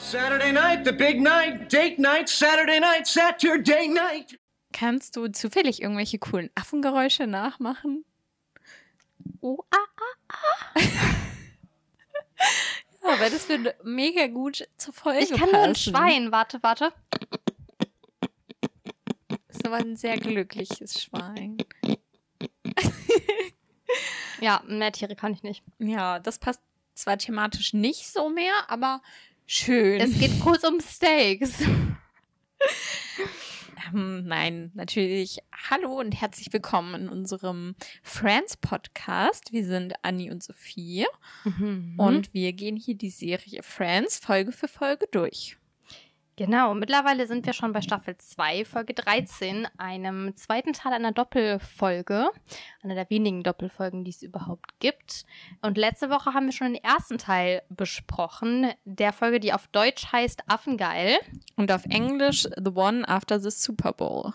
Saturday night, the big night, date night, Saturday night, Saturday night. Kannst du zufällig irgendwelche coolen Affengeräusche nachmachen? Oh, Ja, weil das wird mega gut zur Folge Ich kann nur ein Schwein. Warte. Das ist aber ein sehr glückliches Schwein. Ja, mehr Tiere kann ich nicht. Ja, das passt zwar thematisch nicht so mehr, aber schön. Es geht kurz um Steaks. Nein, natürlich. Hallo und herzlich willkommen in unserem Friends-Podcast. Wir sind Anni und Sophie und wir gehen hier die Serie Friends Folge für Folge durch. Genau, mittlerweile sind wir schon bei Staffel 2, Folge 13, einem zweiten Teil einer Doppelfolge, einer der wenigen Doppelfolgen, die es überhaupt gibt. Und letzte Woche haben wir schon den ersten Teil besprochen, der Folge, die auf Deutsch heißt Affengeil. Und auf Englisch The One After the Super Bowl.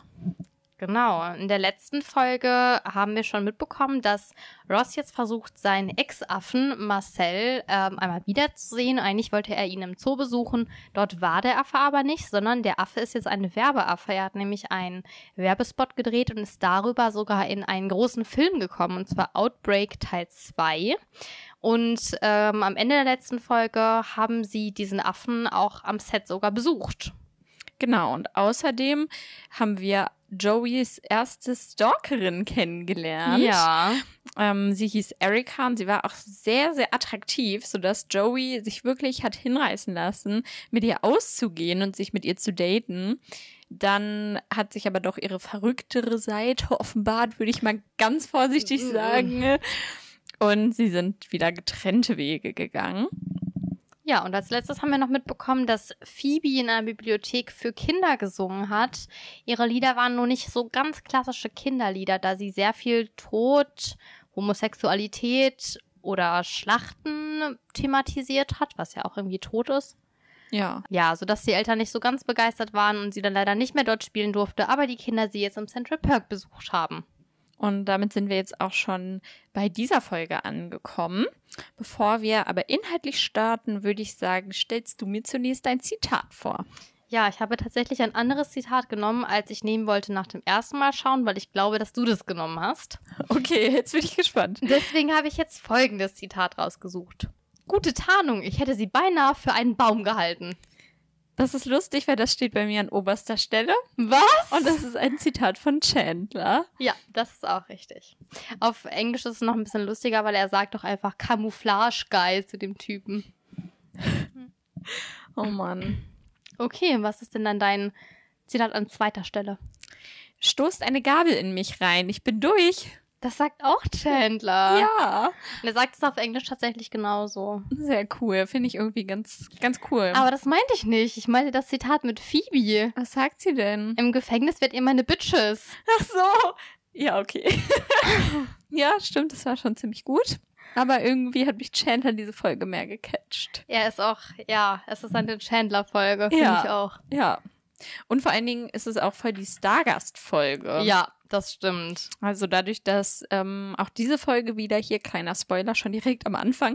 Genau, in der letzten Folge haben wir schon mitbekommen, dass Ross jetzt versucht, seinen Ex-Affen Marcel einmal wiederzusehen. Eigentlich wollte er ihn im Zoo besuchen. Dort war der Affe aber nicht, sondern der Affe ist jetzt ein Werbeaffe. Er hat nämlich einen Werbespot gedreht und ist darüber sogar in einen großen Film gekommen, und zwar Outbreak Teil 2. Und am Ende der letzten Folge haben sie diesen Affen auch am Set sogar besucht. Genau, und außerdem haben wir Joeys erste Stalkerin kennengelernt. Ja. Sie hieß Erika und sie war auch sehr, sehr attraktiv, sodass Joey sich wirklich hat hinreißen lassen, mit ihr auszugehen und sich mit ihr zu daten. Dann hat sich aber doch ihre verrücktere Seite offenbart, würde ich mal ganz vorsichtig sagen. Und sie sind wieder getrennte Wege gegangen. Ja, und als letztes haben wir noch mitbekommen, dass Phoebe in einer Bibliothek für Kinder gesungen hat. Ihre Lieder waren nur nicht so ganz klassische Kinderlieder, da sie sehr viel Tod, Homosexualität oder Schlachten thematisiert hat, was ja auch irgendwie tot ist. Ja. Ja, sodass die Eltern nicht so ganz begeistert waren und sie dann leider nicht mehr dort spielen durfte, aber die Kinder sie jetzt im Central Park besucht haben. Und damit sind wir jetzt auch schon bei dieser Folge angekommen. Bevor wir aber inhaltlich starten, würde ich sagen, stellst du mir zunächst ein Zitat vor. Ja, ich habe tatsächlich ein anderes Zitat genommen, als ich nehmen wollte nach dem ersten Mal schauen, weil ich glaube, dass du das genommen hast. Okay, jetzt bin ich gespannt. Deswegen habe ich jetzt folgendes Zitat rausgesucht. Gute Tarnung, ich hätte sie beinahe für einen Baum gehalten. Das ist lustig, weil das steht bei mir an oberster Stelle. Was? Und das ist ein Zitat von Chandler. Ja, das ist auch richtig. Auf Englisch ist es noch ein bisschen lustiger, weil er sagt doch einfach Camouflage-Guy zu dem Typen. Oh Mann. Okay, was ist denn dann dein Zitat an zweiter Stelle? Stoßt eine Gabel in mich rein, ich bin durch. Das sagt auch Chandler. Ja. Und er sagt es auf Englisch tatsächlich genauso. Sehr cool, finde ich irgendwie ganz, ganz cool. Aber das meinte ich nicht. Ich meinte das Zitat mit Phoebe. Was sagt sie denn? Im Gefängnis wird ihr meine Bitches. Ach so. Ja, okay. Ja, stimmt, das war schon ziemlich gut. Aber irgendwie hat mich Chandler diese Folge mehr gecatcht. Er ist auch, ja, es ist eine Chandler-Folge, finde ich auch. Ja. Und vor allen Dingen ist es auch voll die Stargast-Folge. Ja, das stimmt. Also dadurch, dass auch diese Folge wieder, hier kleiner Spoiler, schon direkt am Anfang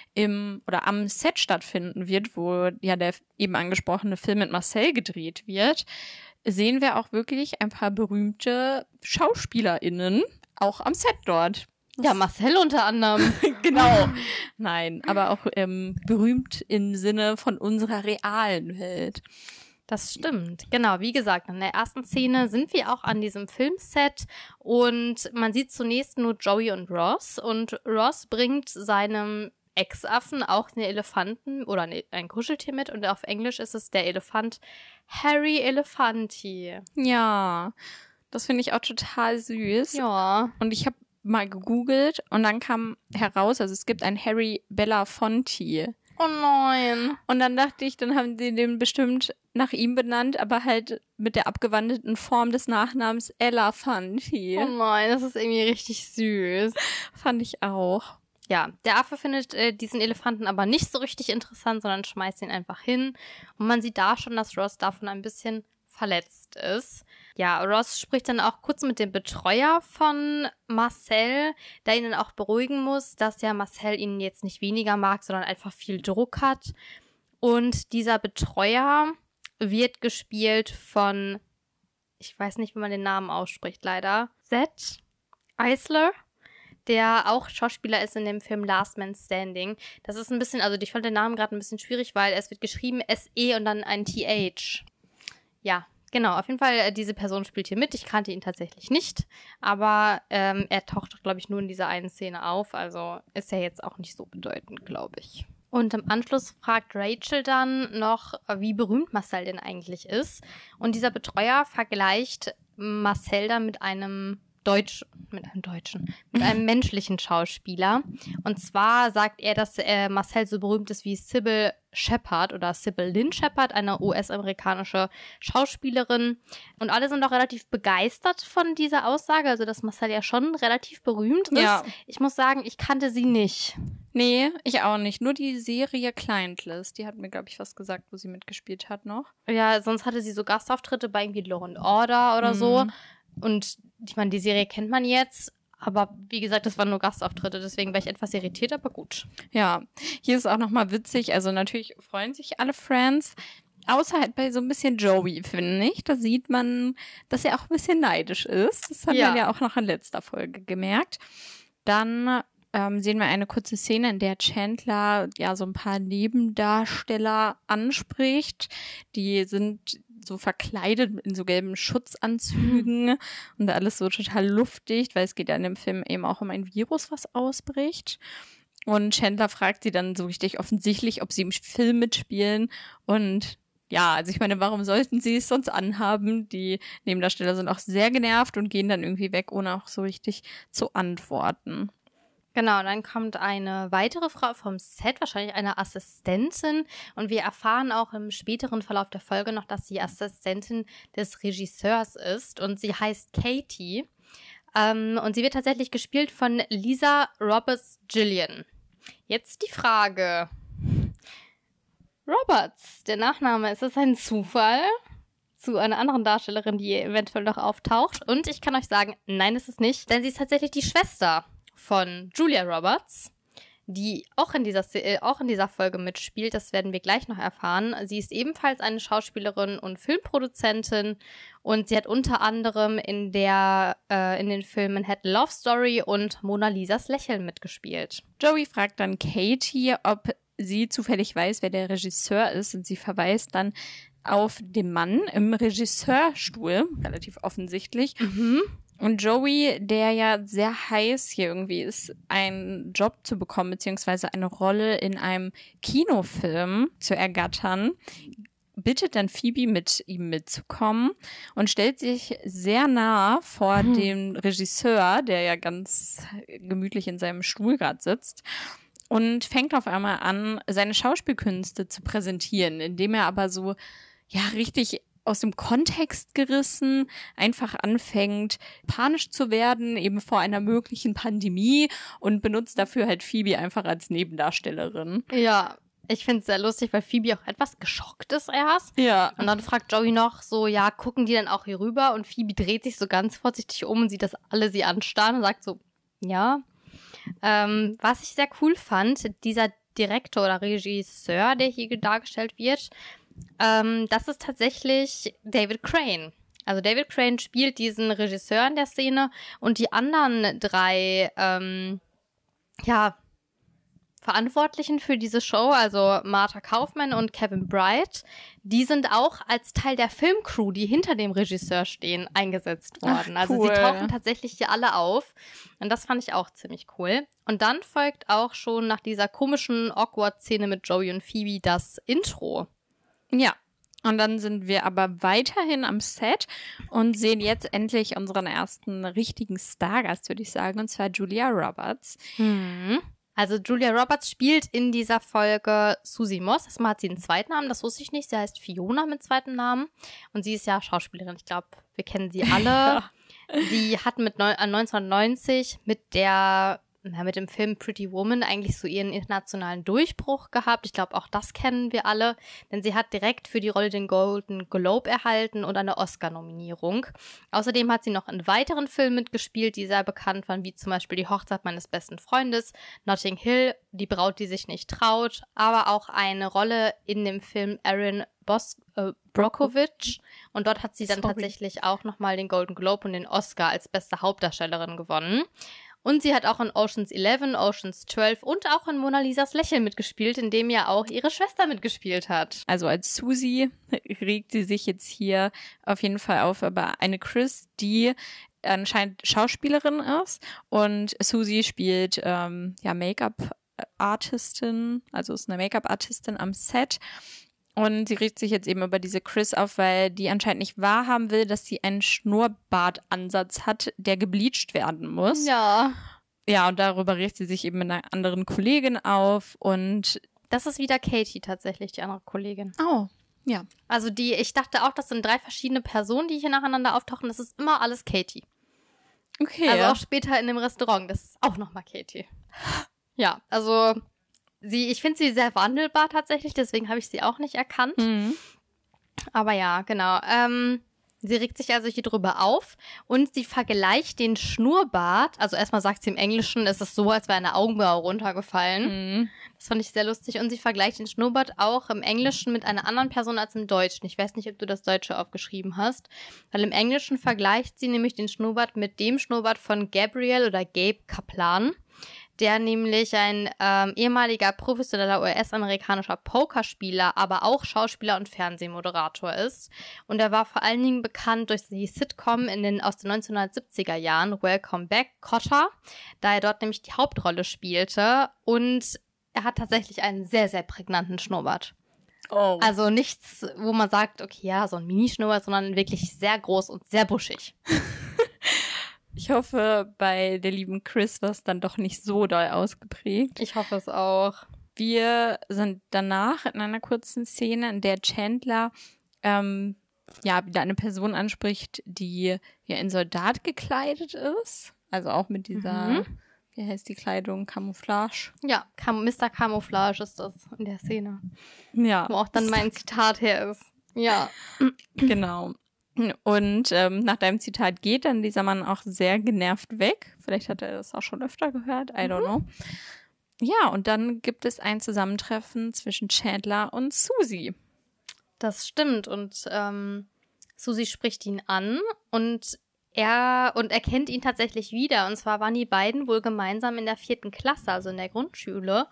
am Set stattfinden wird, wo ja der eben angesprochene Film mit Marcel gedreht wird, sehen wir auch wirklich ein paar berühmte SchauspielerInnen auch am Set dort. Ja, Marcel unter anderem. Genau. Nein, aber auch berühmt im Sinne von unserer realen Welt. Das stimmt. Genau, wie gesagt, in der ersten Szene sind wir auch an diesem Filmset und man sieht zunächst nur Joey und Ross. Und Ross bringt seinem Ex-Affen auch einen Elefanten oder ein Kuscheltier mit und auf Englisch ist es der Elefant Harry Elefanti. Ja, das finde ich auch total süß. Ja. Und ich habe mal gegoogelt und dann kam heraus, also es gibt einen Harry Belafonte. Oh nein. Und dann dachte ich, dann haben sie den bestimmt nach ihm benannt, aber halt mit der abgewandelten Form des Nachnamens Elafanti. Oh nein, das ist irgendwie richtig süß. Fand ich auch. Ja, der Affe findet diesen Elefanten aber nicht so richtig interessant, sondern schmeißt ihn einfach hin. Und man sieht da schon, dass Ross davon ein bisschen verletzt ist. Ja, Ross spricht dann auch kurz mit dem Betreuer von Marcel, der ihn dann auch beruhigen muss, dass ja Marcel ihn jetzt nicht weniger mag, sondern einfach viel Druck hat. Und dieser Betreuer wird gespielt von, ich weiß nicht, wie man den Namen ausspricht, leider, Zed Eisler, der auch Schauspieler ist in dem Film Last Man Standing. Das ist ein bisschen, also ich fand den Namen gerade ein bisschen schwierig, weil es wird geschrieben SE und dann ein TH. Ja, genau, auf jeden Fall, diese Person spielt hier mit. Ich kannte ihn tatsächlich nicht, aber er taucht, glaube ich, nur in dieser einen Szene auf, also ist er jetzt auch nicht so bedeutend, glaube ich. Und im Anschluss fragt Rachel dann noch, wie berühmt Marcel denn eigentlich ist. Und dieser Betreuer vergleicht Marcel dann mit einem menschlichen Schauspieler. Und zwar sagt er, dass Marcel so berühmt ist wie Sybil Shepherd oder Sybil Lynn Shepherd, eine US-amerikanische Schauspielerin. Und alle sind auch relativ begeistert von dieser Aussage, also dass Marcel ja schon relativ berühmt ist. Ja. Ich muss sagen, ich kannte sie nicht. Nee, ich auch nicht. Nur die Serie Clientless, die hat mir, glaube ich, was gesagt, wo sie mitgespielt hat noch. Ja, sonst hatte sie so Gastauftritte bei irgendwie Law & Order oder so. Und ich meine, die Serie kennt man jetzt, aber wie gesagt, das waren nur Gastauftritte, deswegen war ich etwas irritiert, aber gut. Ja, hier ist auch nochmal witzig, also natürlich freuen sich alle Friends, außer halt bei so ein bisschen Joey, finde ich. Da sieht man, dass er auch ein bisschen neidisch ist. Das hat man ja auch noch in letzter Folge gemerkt. Dann sehen wir eine kurze Szene, in der Chandler ja so ein paar Nebendarsteller anspricht. Die sind so verkleidet in so gelben Schutzanzügen und alles so total luftdicht, weil es geht ja in dem Film eben auch um ein Virus, was ausbricht. Und Chandler fragt sie dann so richtig offensichtlich, ob sie im Film mitspielen. Und ja, also ich meine, warum sollten sie es sonst anhaben? Die Nebendarsteller sind auch sehr genervt und gehen dann irgendwie weg, ohne auch so richtig zu antworten. Genau, dann kommt eine weitere Frau vom Set, wahrscheinlich eine Assistentin. Und wir erfahren auch im späteren Verlauf der Folge noch, dass sie Assistentin des Regisseurs ist. Und sie heißt Katie. Und sie wird tatsächlich gespielt von Lisa Roberts-Gillian. Jetzt die Frage. Roberts, der Nachname, ist das ein Zufall zu einer anderen Darstellerin, die eventuell noch auftaucht? Und ich kann euch sagen, nein, ist es nicht, denn sie ist tatsächlich die Schwester von Julia Roberts, die auch in dieser Folge mitspielt. Das werden wir gleich noch erfahren. Sie ist ebenfalls eine Schauspielerin und Filmproduzentin und sie hat unter anderem in den Filmen Manhattan Love Story und Mona Lisas Lächeln mitgespielt. Joey fragt dann Katie, ob sie zufällig weiß, wer der Regisseur ist, und sie verweist dann auf den Mann im Regisseurstuhl, relativ offensichtlich. Und Joey, der ja sehr heiß hier irgendwie ist, einen Job zu bekommen, beziehungsweise eine Rolle in einem Kinofilm zu ergattern, bittet dann Phoebe, mit ihm mitzukommen und stellt sich sehr nah vor dem Regisseur, der ja ganz gemütlich in seinem Stuhl gerade sitzt, und fängt auf einmal an, seine Schauspielkünste zu präsentieren, indem er aber so, ja, richtig aus dem Kontext gerissen, einfach anfängt, panisch zu werden, eben vor einer möglichen Pandemie, und benutzt dafür halt Phoebe einfach als Nebendarstellerin. Ja, ich finde es sehr lustig, weil Phoebe auch etwas geschockt ist erst. Ja. Und dann fragt Joey noch so, ja, gucken die dann auch hier rüber? Und Phoebe dreht sich so ganz vorsichtig um und sieht, dass alle sie anstarren und sagt so, ja. Was ich sehr cool fand, dieser Direktor oder Regisseur, der hier dargestellt wird, das ist tatsächlich David Crane. Also David Crane spielt diesen Regisseur in der Szene, und die anderen drei Verantwortlichen für diese Show, also Martha Kaufman und Kevin Bright, die sind auch als Teil der Filmcrew, die hinter dem Regisseur stehen, eingesetzt worden. Ach, cool. Also sie tauchen tatsächlich hier alle auf, und das fand ich auch ziemlich cool. Und dann folgt auch schon nach dieser komischen Awkward-Szene mit Joey und Phoebe das Intro. Ja. Und dann sind wir aber weiterhin am Set und sehen jetzt endlich unseren ersten richtigen Stargast, würde ich sagen, und zwar Julia Roberts. Also Julia Roberts spielt in dieser Folge Susie Moss. Erstmal hat sie einen zweiten Namen, das wusste ich nicht. Sie heißt Fiona mit zweiten Namen. Und sie ist ja Schauspielerin. Ich glaube, wir kennen sie alle. Sie hat 1990 mit der mit dem Film Pretty Woman eigentlich so ihren internationalen Durchbruch gehabt. Ich glaube, auch das kennen wir alle, denn sie hat direkt für die Rolle den Golden Globe erhalten und eine Oscar-Nominierung. Außerdem hat sie noch in weiteren Filmen mitgespielt, die sehr bekannt waren, wie zum Beispiel Die Hochzeit meines besten Freundes, Notting Hill, Die Braut, die sich nicht traut, aber auch eine Rolle in dem Film Erin Brockovich. Und dort hat sie dann tatsächlich auch nochmal den Golden Globe und den Oscar als beste Hauptdarstellerin gewonnen. Und sie hat auch in Ocean's 11, Ocean's 12 und auch in Mona Lisas Lächeln mitgespielt, in dem ja auch ihre Schwester mitgespielt hat. Also als Susie regt sie sich jetzt hier auf jeden Fall auf über eine Chris, die anscheinend Schauspielerin ist. Und Susie spielt Make-up-Artistin, also ist eine Make-up-Artistin am Set. Und sie regt sich jetzt eben über diese Chris auf, weil die anscheinend nicht wahrhaben will, dass sie einen Schnurrbartansatz hat, der gebleicht werden muss. Ja. Ja, und darüber regt sie sich eben mit einer anderen Kollegin auf und das ist wieder Katie tatsächlich, die andere Kollegin. oh, ja. Also ich dachte auch, das sind 3 verschiedene Personen, die hier nacheinander auftauchen. Das ist immer alles Katie. Okay. Also auch später in dem Restaurant, das ist auch nochmal Katie. Ja, also ich finde sie sehr wandelbar tatsächlich, deswegen habe ich sie auch nicht erkannt. Mhm. Aber ja, genau. Sie regt sich also hier drüber auf und sie vergleicht den Schnurrbart. Also erstmal sagt sie im Englischen, es ist so, als wäre eine Augenbraue runtergefallen. Mhm. Das fand ich sehr lustig. Und sie vergleicht den Schnurrbart auch im Englischen mit einer anderen Person als im Deutschen. Ich weiß nicht, ob du das Deutsche aufgeschrieben hast. Weil im Englischen vergleicht sie nämlich den Schnurrbart mit dem Schnurrbart von Gabriel oder Gabe Kaplan, der nämlich ein ehemaliger professioneller US-amerikanischer Pokerspieler, aber auch Schauspieler und Fernsehmoderator ist. Und er war vor allen Dingen bekannt durch die Sitcom aus den 1970er Jahren, Welcome Back, Kotter, da er dort nämlich die Hauptrolle spielte. Und er hat tatsächlich einen sehr, sehr prägnanten Schnurrbart. Oh. Also nichts, wo man sagt, okay, ja, so ein Minischnurrbart, sondern wirklich sehr groß und sehr buschig. Ich hoffe, bei der lieben Chris war es dann doch nicht so doll ausgeprägt. Ich hoffe es auch. Wir sind danach in einer kurzen Szene, in der Chandler wieder eine Person anspricht, die ja in Soldat gekleidet ist. Also auch mit dieser, wie heißt die Kleidung, Camouflage. Ja, Mr. Camouflage ist das in der Szene. Ja. Wo auch dann mein Zitat her ist. Ja. Genau. Und nach deinem Zitat geht dann dieser Mann auch sehr genervt weg. Vielleicht hat er das auch schon öfter gehört. I don't know. Ja, und dann gibt es ein Zusammentreffen zwischen Chandler und Susie. Das stimmt. Und Susie spricht ihn an und er erkennt ihn tatsächlich wieder. Und zwar waren die beiden wohl gemeinsam in der 4. Klasse, also in der Grundschule.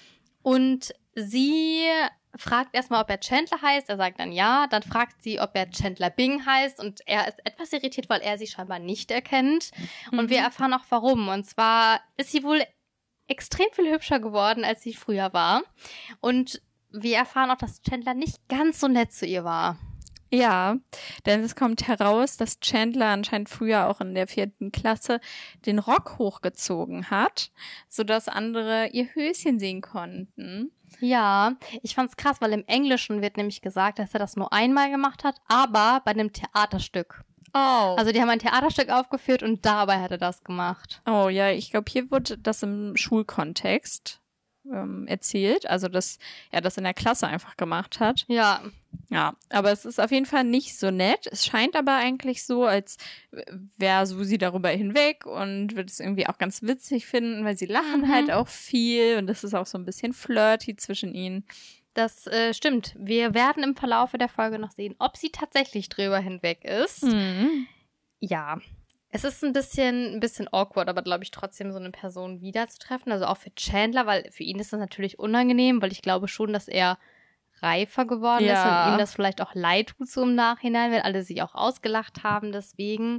Und sie fragt erstmal, ob er Chandler heißt. Er sagt dann ja. Dann fragt sie, ob er Chandler Bing heißt. Und er ist etwas irritiert, weil er sie scheinbar nicht erkennt. Und wir erfahren auch warum. Und zwar ist sie wohl extrem viel hübscher geworden, als sie früher war. Und wir erfahren auch, dass Chandler nicht ganz so nett zu ihr war. Ja, denn es kommt heraus, dass Chandler anscheinend früher auch in der 4. Klasse den Rock hochgezogen hat, sodass andere ihr Höschen sehen konnten. Ja, ich fand's krass, weil im Englischen wird nämlich gesagt, dass er das nur einmal gemacht hat, aber bei einem Theaterstück. Oh. Also die haben ein Theaterstück aufgeführt und dabei hat er das gemacht. Oh ja, ich glaube, hier wird das im Schulkontext erzählt, also dass er das in der Klasse einfach gemacht hat. Ja. Ja, aber es ist auf jeden Fall nicht so nett. Es scheint aber eigentlich so, als wäre Susi darüber hinweg und wird es irgendwie auch ganz witzig finden, weil sie lachen halt auch viel und das ist auch so ein bisschen flirty zwischen ihnen. Das stimmt. Wir werden im Verlaufe der Folge noch sehen, ob sie tatsächlich drüber hinweg ist. Mhm. Ja. Es ist ein bisschen awkward, aber glaube ich trotzdem so eine Person wiederzutreffen. Also auch für Chandler, weil für ihn ist das natürlich unangenehm, weil ich glaube schon, dass er reifer geworden ist und ihm das vielleicht auch leid tut so im Nachhinein, wenn alle sie auch ausgelacht haben. Deswegen,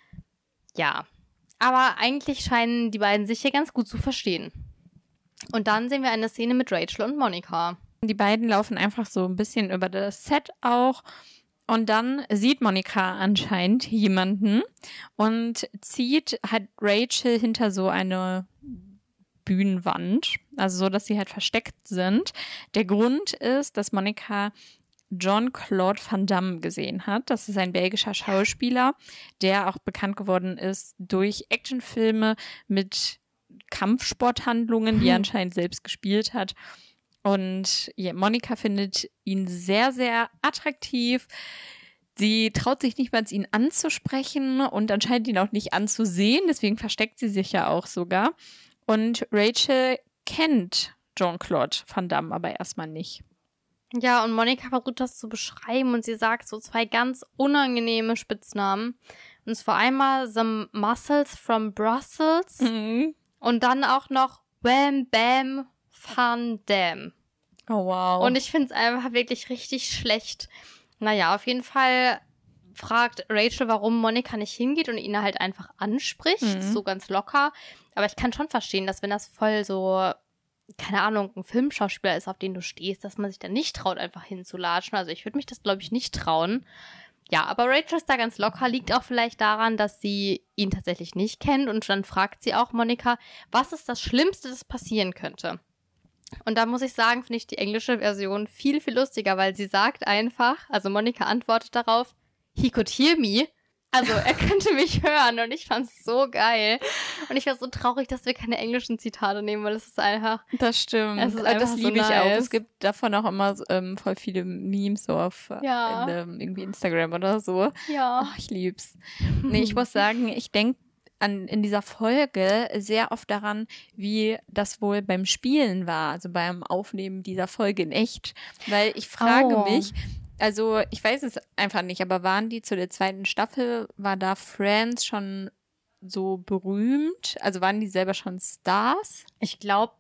ja. Aber eigentlich scheinen die beiden sich hier ganz gut zu verstehen. Und dann sehen wir eine Szene mit Rachel und Monica. Die beiden laufen einfach so ein bisschen über das Set auch. Und dann sieht Monica anscheinend jemanden und zieht halt Rachel hinter so eine Bühnenwand, also so, dass sie halt versteckt sind. Der Grund ist, dass Monica Jean-Claude Van Damme gesehen hat. Das ist ein belgischer Schauspieler, der auch bekannt geworden ist durch Actionfilme mit Kampfsporthandlungen, die er anscheinend selbst gespielt hat. Und ja, Monica findet ihn sehr, sehr attraktiv. Sie traut sich nicht mal, ihn anzusprechen und anscheinend ihn auch nicht anzusehen. Deswegen versteckt sie sich ja auch sogar. Und Rachel kennt Jean-Claude Van Damme aber erstmal nicht. Ja, und Monica versucht das zu beschreiben und sie sagt so 2 ganz unangenehme Spitznamen. Und zwar einmal The Muscles from Brussels und dann auch noch Wham Bam Van Damme. Oh, wow. Und ich finde es einfach wirklich richtig schlecht. Naja, auf jeden Fall fragt Rachel, warum Monica nicht hingeht und ihn halt einfach anspricht, so ganz locker. Aber ich kann schon verstehen, dass wenn das voll so, keine Ahnung, ein Filmschauspieler ist, auf den du stehst, dass man sich dann nicht traut, einfach hinzulatschen. Also ich würde mich das, glaube ich, nicht trauen. Ja, aber Rachel ist da ganz locker, liegt auch vielleicht daran, dass sie ihn tatsächlich nicht kennt. Und dann fragt sie auch Monica, was ist das Schlimmste, das passieren könnte? Und da muss ich sagen, finde ich die englische Version viel, viel lustiger, weil sie sagt einfach, also Monica antwortet darauf, he could hear me. Also er könnte mich hören und ich fand's so geil. Und ich war so traurig, dass wir keine englischen Zitate nehmen, weil es ist einfach... Das stimmt. Es ist einfach das liebe so ich auch. nice. Es gibt davon auch immer voll viele Memes so auf irgendwie Instagram oder so. Ja. Oh, ich lieb's. Nee, ich muss sagen, ich denke in dieser Folge sehr oft daran, wie das wohl beim Spielen war, also beim Aufnehmen dieser Folge in echt. Weil ich frage mich, also ich weiß es einfach nicht, aber waren die zu der 2. Staffel, war da Friends schon so berühmt? Also waren die selber schon Stars? Ich glaube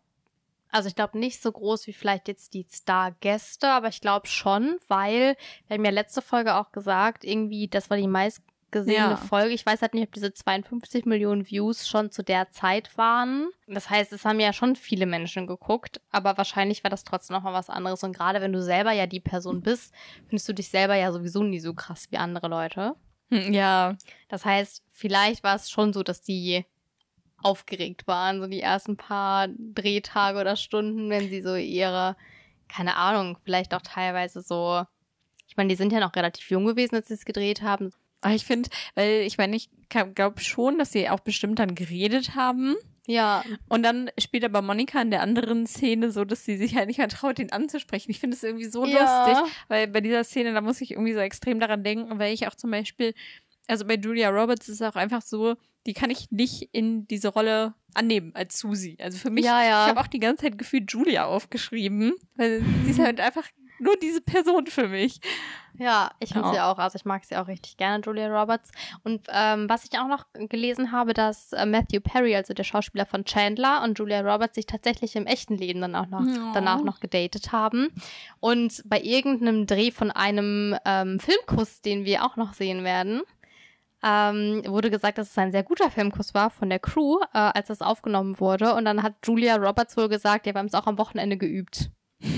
nicht so groß wie vielleicht jetzt die Star-Gäste, aber ich glaube schon, weil, wir haben ja letzte Folge auch gesagt, irgendwie, das war die meistgesehene Folge. Ich weiß halt nicht, ob diese 52 Millionen Views schon zu der Zeit waren. Das heißt, es haben ja schon viele Menschen geguckt, aber wahrscheinlich war das trotzdem noch mal was anderes. Und gerade wenn du selber ja die Person bist, findest du dich selber ja sowieso nie so krass wie andere Leute. Ja. Das heißt, vielleicht war es schon so, dass die aufgeregt waren, so die ersten paar Drehtage oder Stunden, wenn sie so ihre, keine Ahnung, vielleicht auch teilweise so, ich meine, die sind ja noch relativ jung gewesen, als sie es gedreht haben. Aber ich finde, weil ich meine, ich glaube schon, dass sie auch bestimmt dann geredet haben. Ja. Und dann spielt aber Monica in der anderen Szene so, dass sie sich halt nicht mehr traut, ihn anzusprechen. Ich finde es irgendwie so lustig, weil bei dieser Szene, da muss ich irgendwie so extrem daran denken, weil ich auch zum Beispiel, also bei Julia Roberts ist es auch einfach so, die kann ich nicht in diese Rolle annehmen als Susie. Also für mich, ich habe auch die ganze Zeit gefühlt Julia aufgeschrieben, weil sie ist halt einfach nur diese Person für mich. Ja, ich finde sie auch, also ich mag sie auch richtig gerne, Julia Roberts. Und was ich auch noch gelesen habe, dass Matthew Perry, also der Schauspieler von Chandler, und Julia Roberts sich tatsächlich im echten Leben dann auch noch danach noch gedatet haben. Und bei irgendeinem Dreh von einem Filmkuss, den wir auch noch sehen werden, wurde gesagt, dass es ein sehr guter Filmkuss war von der Crew, als das aufgenommen wurde. Und dann hat Julia Roberts wohl gesagt, ja, wir haben es auch am Wochenende geübt.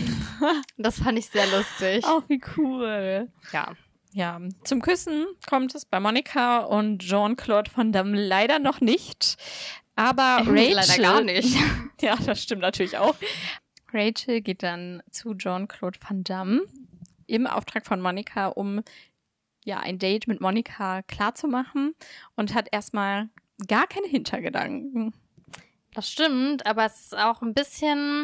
Das fand ich sehr lustig. Ach, wie cool. Ja. Ja, zum Küssen kommt es bei Monica und Jean-Claude Van Damme leider noch nicht. Aber Rachel... Leider gar nicht. Ja, das stimmt natürlich auch. Rachel geht dann zu Jean-Claude Van Damme im Auftrag von Monica, um ja ein Date mit Monica klarzumachen und hat erstmal gar keine Hintergedanken. Das stimmt, aber es ist auch ein bisschen...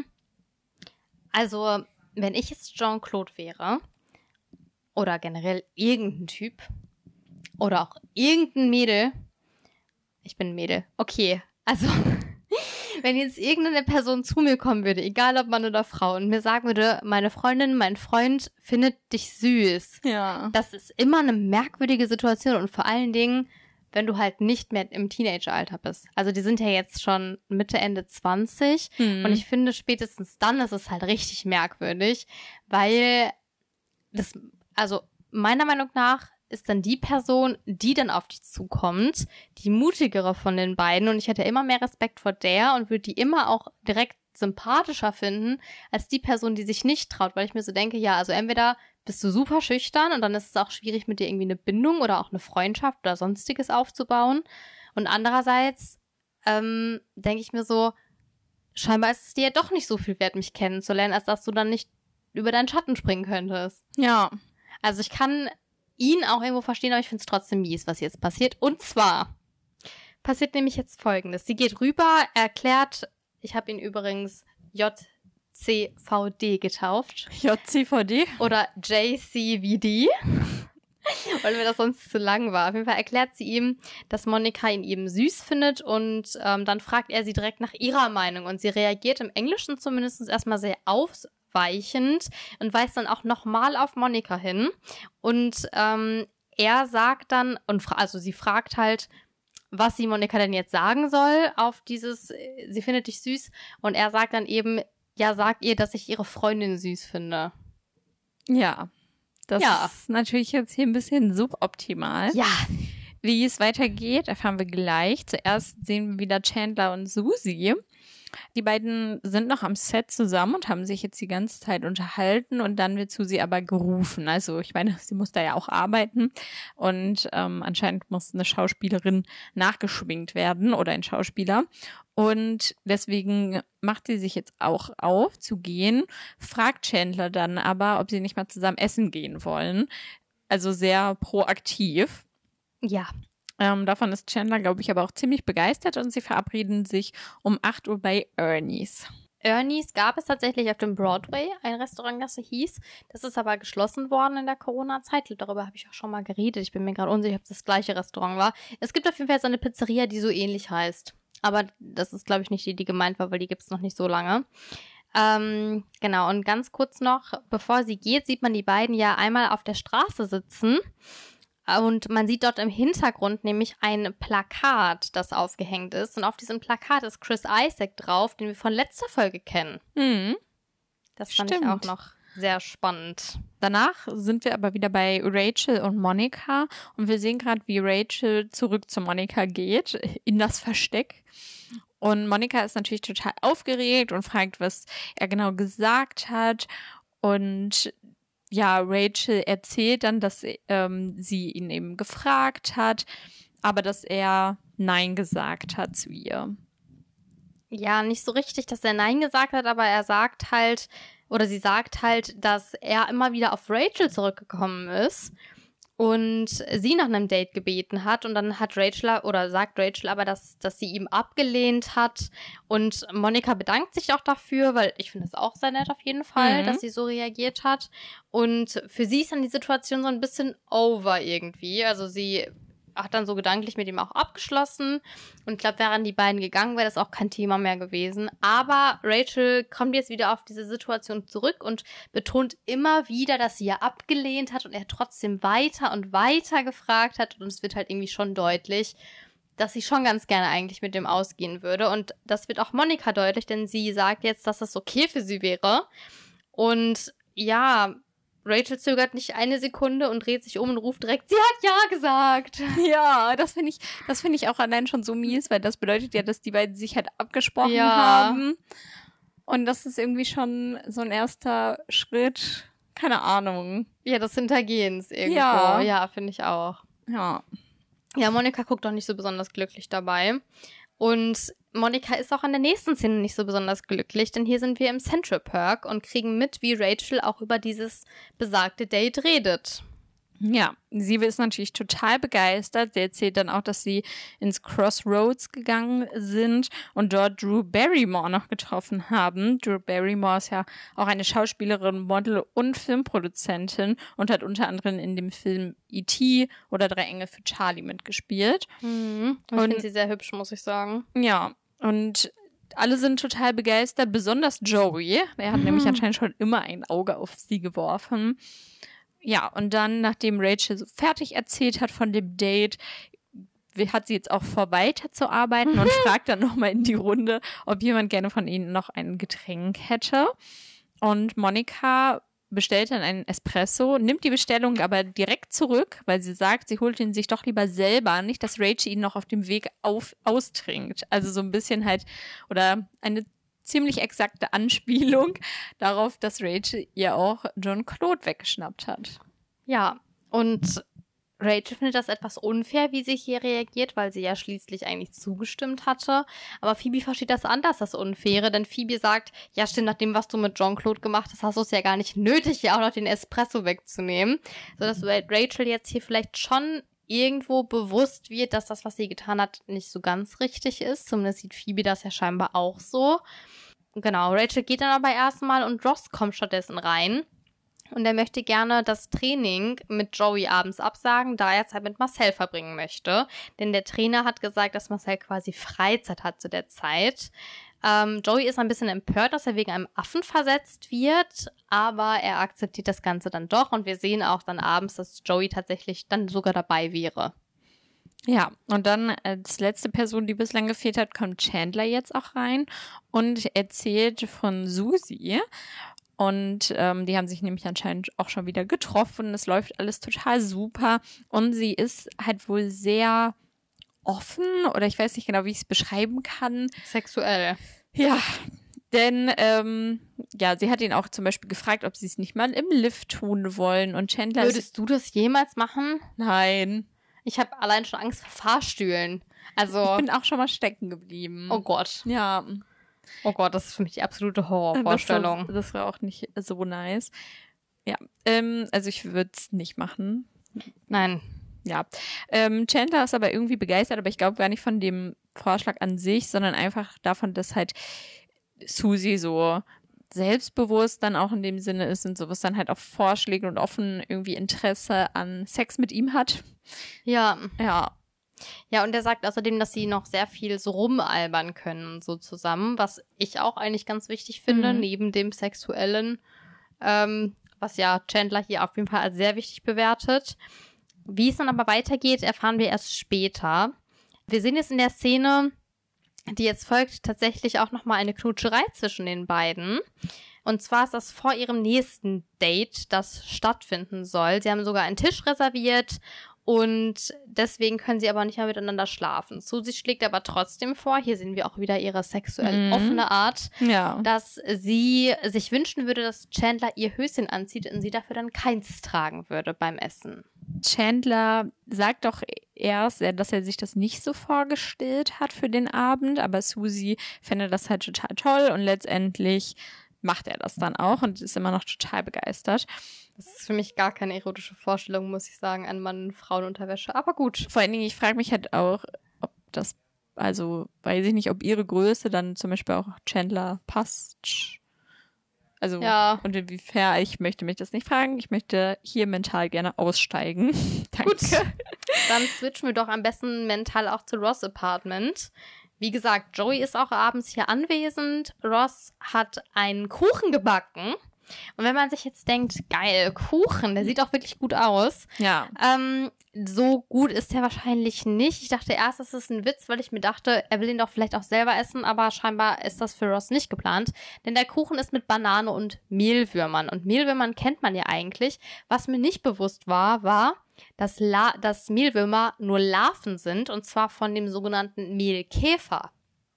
Also, wenn ich jetzt Jean-Claude wäre oder generell irgendein Typ oder auch irgendein Mädel, ich bin ein Mädel, okay, also wenn jetzt irgendeine Person zu mir kommen würde, egal ob Mann oder Frau, und mir sagen würde, meine Freundin, mein Freund findet dich süß, das ist immer eine merkwürdige Situation und vor allen Dingen, wenn du halt nicht mehr im Teenageralter bist. Also die sind ja jetzt schon Mitte, Ende 20 und ich finde spätestens dann ist es halt richtig merkwürdig, weil das, also meiner Meinung nach ist dann die Person, die dann auf dich zukommt, die mutigere von den beiden und ich hätte immer mehr Respekt vor der und würde die immer auch direkt sympathischer finden, als die Person, die sich nicht traut, weil ich mir so denke, ja, also entweder bist du super schüchtern und dann ist es auch schwierig, mit dir irgendwie eine Bindung oder auch eine Freundschaft oder sonstiges aufzubauen. Und andererseits denke ich mir so, scheinbar ist es dir ja doch nicht so viel wert, mich kennenzulernen, als dass du dann nicht über deinen Schatten springen könntest. Ja. Also ich kann ihn auch irgendwo verstehen, aber ich finde es trotzdem mies, was jetzt passiert. Und zwar passiert nämlich jetzt Folgendes. Sie geht rüber, erklärt, ich habe ihn übrigens JCVD getauft. JCVD? Oder JCVD. Weil mir das sonst zu lang war. Auf jeden Fall erklärt sie ihm, dass Monica ihn eben süß findet und dann fragt er sie direkt nach ihrer Meinung und sie reagiert im Englischen zumindest erstmal sehr ausweichend und weist dann auch nochmal auf Monica hin und er sagt dann, also sie fragt halt, was sie Monica denn jetzt sagen soll auf dieses, sie findet dich süß und er sagt dann eben, ja, sag ihr, dass ich ihre Freundin süß finde. Ja. Das ist natürlich jetzt hier ein bisschen suboptimal. Ja. Wie es weitergeht, erfahren wir gleich. Zuerst sehen wir wieder Chandler und Susie. Die beiden sind noch am Set zusammen und haben sich jetzt die ganze Zeit unterhalten und dann wird Susie aber gerufen. Also ich meine, sie muss da ja auch arbeiten und anscheinend muss eine Schauspielerin nachgeschwingt werden oder ein Schauspieler. Und deswegen macht sie sich jetzt auch auf zu gehen, fragt Chandler dann aber, ob sie nicht mal zusammen essen gehen wollen. Also sehr proaktiv. Ja. Davon ist Chandler, glaube ich, aber auch ziemlich begeistert und sie verabreden sich um 8 Uhr bei Ernie's. Ernie's gab es tatsächlich auf dem Broadway, ein Restaurant, das so hieß. Das ist aber geschlossen worden in der Corona-Zeit. Darüber habe ich auch schon mal geredet. Ich bin mir gerade unsicher, ob es das gleiche Restaurant war. Es gibt auf jeden Fall so eine Pizzeria, die so ähnlich heißt. Aber das ist, glaube ich, nicht die gemeint war, weil die gibt es noch nicht so lange. Genau, und ganz kurz noch, bevor sie geht, sieht man die beiden ja einmal auf der Straße sitzen. Und man sieht dort im Hintergrund nämlich ein Plakat, das aufgehängt ist. Und auf diesem Plakat ist Chris Isaak drauf, den wir von letzter Folge kennen. Mhm. Das fand ich auch noch sehr spannend. Danach sind wir aber wieder bei Rachel und Monica. Und wir sehen gerade, wie Rachel zurück zu Monica geht, in das Versteck. Und Monica ist natürlich total aufgeregt und fragt, was er genau gesagt hat. Und ja, Rachel erzählt dann, dass sie ihn eben gefragt hat, aber dass er Nein gesagt hat zu ihr. Ja, nicht so richtig, dass er Nein gesagt hat, aber er sagt halt, oder sie sagt halt, dass er immer wieder auf Rachel zurückgekommen ist und sie nach einem Date gebeten hat und dann hat sagt Rachel aber, dass sie ihm abgelehnt hat und Monica bedankt sich auch dafür, weil ich finde es auch sehr nett auf jeden Fall, dass sie so reagiert hat und für sie ist dann die Situation so ein bisschen over irgendwie, also sie hat dann so gedanklich mit ihm auch abgeschlossen und ich glaube, wären die beiden gegangen, wäre das auch kein Thema mehr gewesen. Aber Rachel kommt jetzt wieder auf diese Situation zurück und betont immer wieder, dass sie ja abgelehnt hat und er trotzdem weiter und weiter gefragt hat und es wird halt irgendwie schon deutlich, dass sie schon ganz gerne eigentlich mit dem ausgehen würde und das wird auch Monica deutlich, denn sie sagt jetzt, dass das okay für sie wäre und ja, Rachel zögert nicht eine Sekunde und dreht sich um und ruft direkt, sie hat ja gesagt. Ja, das finde ich auch allein schon so mies, weil das bedeutet ja, dass die beiden sich halt abgesprochen haben. Und das ist irgendwie schon so ein erster Schritt, keine Ahnung. Ja, des Hintergehens irgendwo. Ja, finde ich auch. Ja. Ja, Monica guckt auch nicht so besonders glücklich dabei. Und Monica ist auch an der nächsten Szene nicht so besonders glücklich, denn hier sind wir im Central Park und kriegen mit, wie Rachel auch über dieses besagte Date redet. Ja, sie ist natürlich total begeistert. Sie erzählt dann auch, dass sie ins Crossroads gegangen sind und dort Drew Barrymore noch getroffen haben. Drew Barrymore ist ja auch eine Schauspielerin, Model und Filmproduzentin und hat unter anderem in dem Film E.T. oder 3 Engel für Charlie mitgespielt. Ich finde sie sehr hübsch, muss ich sagen. Ja, und alle sind total begeistert, besonders Joey. Er hat nämlich anscheinend schon immer ein Auge auf sie geworfen. Ja, und dann, nachdem Rachel so fertig erzählt hat von dem Date, hat sie jetzt auch vor, weiterzuarbeiten und fragt dann nochmal in die Runde, ob jemand gerne von ihnen noch ein Getränk hätte. Und Monica bestellt dann einen Espresso, nimmt die Bestellung aber direkt zurück, weil sie sagt, sie holt ihn sich doch lieber selber, nicht, dass Rachel ihn noch auf dem Weg austrinkt. Also so ein bisschen halt, oder eine ziemlich exakte Anspielung darauf, dass Rachel ihr auch John Claude weggeschnappt hat. Ja, und Rachel findet das etwas unfair, wie sie hier reagiert, weil sie ja schließlich eigentlich zugestimmt hatte. Aber Phoebe versteht das anders, das Unfaire, denn Phoebe sagt, ja stimmt, nach dem, was du mit John Claude gemacht hast, hast du es ja gar nicht nötig, ja auch noch den Espresso wegzunehmen. Sodass Rachel jetzt hier vielleicht schon irgendwo bewusst wird, dass das, was sie getan hat, nicht so ganz richtig ist. Zumindest sieht Phoebe das ja scheinbar auch so. Genau, Rachel geht dann aber erstmal und Ross kommt stattdessen rein. Und er möchte gerne das Training mit Joey abends absagen, da er Zeit mit Marcel verbringen möchte. Denn der Trainer hat gesagt, dass Marcel quasi Freizeit hat zu der Zeit. Joey ist ein bisschen empört, dass er wegen einem Affen versetzt wird, aber er akzeptiert das Ganze dann doch. Und wir sehen auch dann abends, dass Joey tatsächlich dann sogar dabei wäre. Ja, und dann als letzte Person, die bislang gefehlt hat, kommt Chandler jetzt auch rein und erzählt von Susie. Und die haben sich nämlich anscheinend auch schon wieder getroffen. Es läuft alles total super. Und sie ist halt wohl sehr offen oder ich weiß nicht genau, wie ich es beschreiben kann. Sexuell. Ja, denn sie hat ihn auch zum Beispiel gefragt, ob sie es nicht mal im Lift tun wollen. Und Chandler Würdest du das jemals machen? Nein. Ich habe allein schon Angst vor Fahrstühlen. Also, ich bin auch schon mal stecken geblieben. Oh Gott. Ja. Oh Gott, das ist für mich die absolute Horrorvorstellung. Das war auch nicht so nice. Ja, also ich würde es nicht machen. Nein. Ja. Chandler ist aber irgendwie begeistert, aber ich glaube gar nicht von dem Vorschlag an sich, sondern einfach davon, dass halt Susie so selbstbewusst dann auch in dem Sinne ist und sowas dann halt auch vorschlägt und offen irgendwie Interesse an Sex mit ihm hat. Ja. Ja. Ja, und er sagt außerdem, dass sie noch sehr viel so rumalbern können und so zusammen, was ich auch eigentlich ganz wichtig finde, neben dem Sexuellen, was ja Chandler hier auf jeden Fall als sehr wichtig bewertet. Wie es dann aber weitergeht, erfahren wir erst später. Wir sehen jetzt in der Szene, die jetzt folgt, tatsächlich auch nochmal eine Knutscherei zwischen den beiden. Und zwar ist das vor ihrem nächsten Date, das stattfinden soll. Sie haben sogar einen Tisch reserviert und deswegen können sie aber nicht mehr miteinander schlafen. Susie schlägt aber trotzdem vor, hier sehen wir auch wieder ihre sexuell offene Art, dass sie sich wünschen würde, dass Chandler ihr Höschen anzieht und sie dafür dann keins tragen würde beim Essen. Chandler sagt doch erst, dass er sich das nicht so vorgestellt hat für den Abend, aber Susie fände das halt total toll und letztendlich macht er das dann auch und ist immer noch total begeistert. Das ist für mich gar keine erotische Vorstellung, muss ich sagen, an Mann- und Frauenunterwäsche, aber gut. Vor allen Dingen, ich frage mich halt auch, ob das, also weiß ich nicht, ob ihre Größe dann zum Beispiel auch Chandler passt. Also, ja. Und inwiefern, ich möchte mich das nicht fragen. Ich möchte hier mental gerne aussteigen. Danke. Gut, dann switchen wir doch am besten mental auch zu Ross' Apartment. Wie gesagt, Joey ist auch abends hier anwesend. Ross hat einen Kuchen gebacken. Und wenn man sich jetzt denkt, geil, Kuchen, der sieht auch wirklich gut aus. Ja. So gut ist der wahrscheinlich nicht. Ich dachte erst, das ist ein Witz, weil ich mir dachte, er will ihn doch vielleicht auch selber essen, aber scheinbar ist das für Ross nicht geplant. Denn der Kuchen ist mit Banane und Mehlwürmern. Und Mehlwürmern kennt man ja eigentlich. Was mir nicht bewusst war, dass Mehlwürmer nur Larven sind, und zwar von dem sogenannten Mehlkäfer.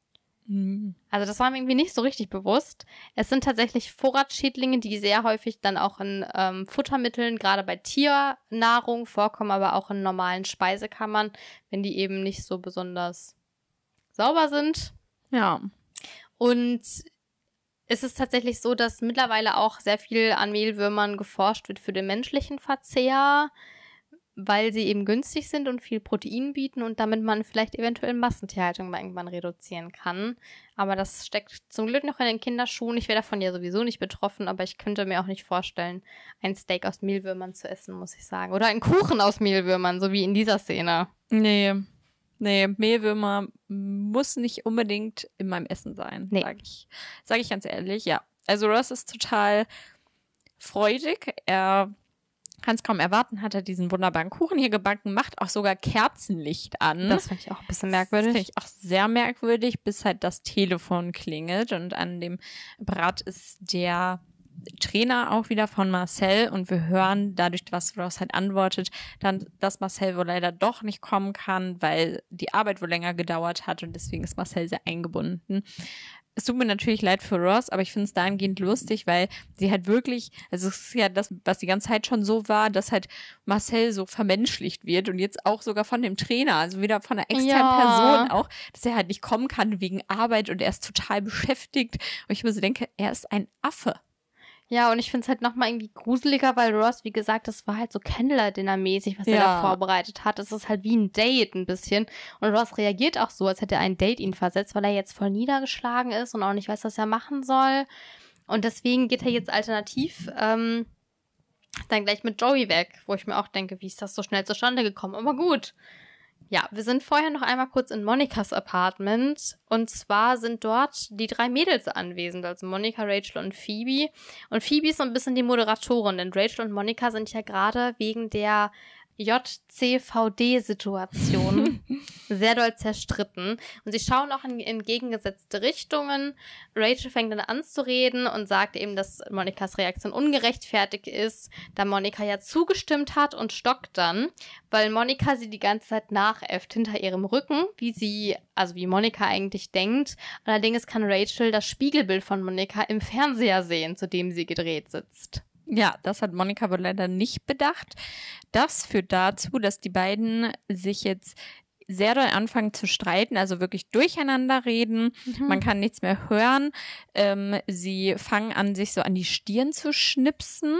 Also das war mir irgendwie nicht so richtig bewusst. Es sind tatsächlich Vorratsschädlinge, die sehr häufig dann auch in Futtermitteln, gerade bei Tiernahrung vorkommen, aber auch in normalen Speisekammern, wenn die eben nicht so besonders sauber sind. Ja. Und es ist tatsächlich so, dass mittlerweile auch sehr viel an Mehlwürmern geforscht wird für den menschlichen Verzehr, weil sie eben günstig sind und viel Protein bieten und damit man vielleicht eventuell Massentierhaltung mal irgendwann reduzieren kann. Aber das steckt zum Glück noch in den Kinderschuhen. Ich wäre davon ja sowieso nicht betroffen, aber ich könnte mir auch nicht vorstellen, ein Steak aus Mehlwürmern zu essen, muss ich sagen. Oder einen Kuchen aus Mehlwürmern, so wie in dieser Szene. Nee, Mehlwürmer muss nicht unbedingt in meinem Essen sein, sag ich ganz ehrlich, ja. Also Ross ist total freudig, er kann es kaum erwarten, hat er diesen wunderbaren Kuchen hier gebacken, macht auch sogar Kerzenlicht an. Das finde ich auch ein bisschen merkwürdig. Das finde ich auch sehr merkwürdig, bis halt das Telefon klingelt und an dem Apparat ist der Trainer auch wieder von Marcel und wir hören dadurch, was Ross halt antwortet, dann, dass Marcel wohl leider doch nicht kommen kann, weil die Arbeit wohl länger gedauert hat und deswegen ist Marcel sehr eingebunden. Es tut mir natürlich leid für Ross, aber ich finde es dahingehend lustig, weil sie halt wirklich, also es ist ja das, was die ganze Zeit schon so war, dass halt Marcel so vermenschlicht wird und jetzt auch sogar von dem Trainer, also wieder von einer externen Person auch, dass er halt nicht kommen kann wegen Arbeit und er ist total beschäftigt und ich mir so denke, er ist ein Affe. Ja, und ich finde es halt nochmal irgendwie gruseliger, weil Ross, wie gesagt, das war halt so Candlelight-Dinner-mäßig, was er da vorbereitet hat. Es ist halt wie ein Date ein bisschen. Und Ross reagiert auch so, als hätte ein Date ihn versetzt, weil er jetzt voll niedergeschlagen ist und auch nicht weiß, was er machen soll. Und deswegen geht er jetzt alternativ dann gleich mit Joey weg, wo ich mir auch denke, wie ist das so schnell zustande gekommen? Aber gut. Ja, wir sind vorher noch einmal kurz in Monikas Apartment. Und zwar sind dort die 3 Mädels anwesend, also Monica, Rachel und Phoebe. Und Phoebe ist so ein bisschen die Moderatorin, denn Rachel und Monica sind ja gerade wegen der JCVD-Situation sehr doll zerstritten. Und sie schauen auch in entgegengesetzte Richtungen. Rachel fängt dann an zu reden und sagt eben, dass Monikas Reaktion ungerechtfertigt ist, da Monica ja zugestimmt hat und stockt dann, weil Monica sie die ganze Zeit nachäfft hinter ihrem Rücken, wie Monica eigentlich denkt. Allerdings kann Rachel das Spiegelbild von Monica im Fernseher sehen, zu dem sie gedreht sitzt. Ja, das hat Monica wohl leider nicht bedacht. Das führt dazu, dass die beiden sich jetzt sehr doll anfangen zu streiten, also wirklich durcheinander reden. Man kann nichts mehr hören. Sie fangen an, sich so an die Stirn zu schnipsen.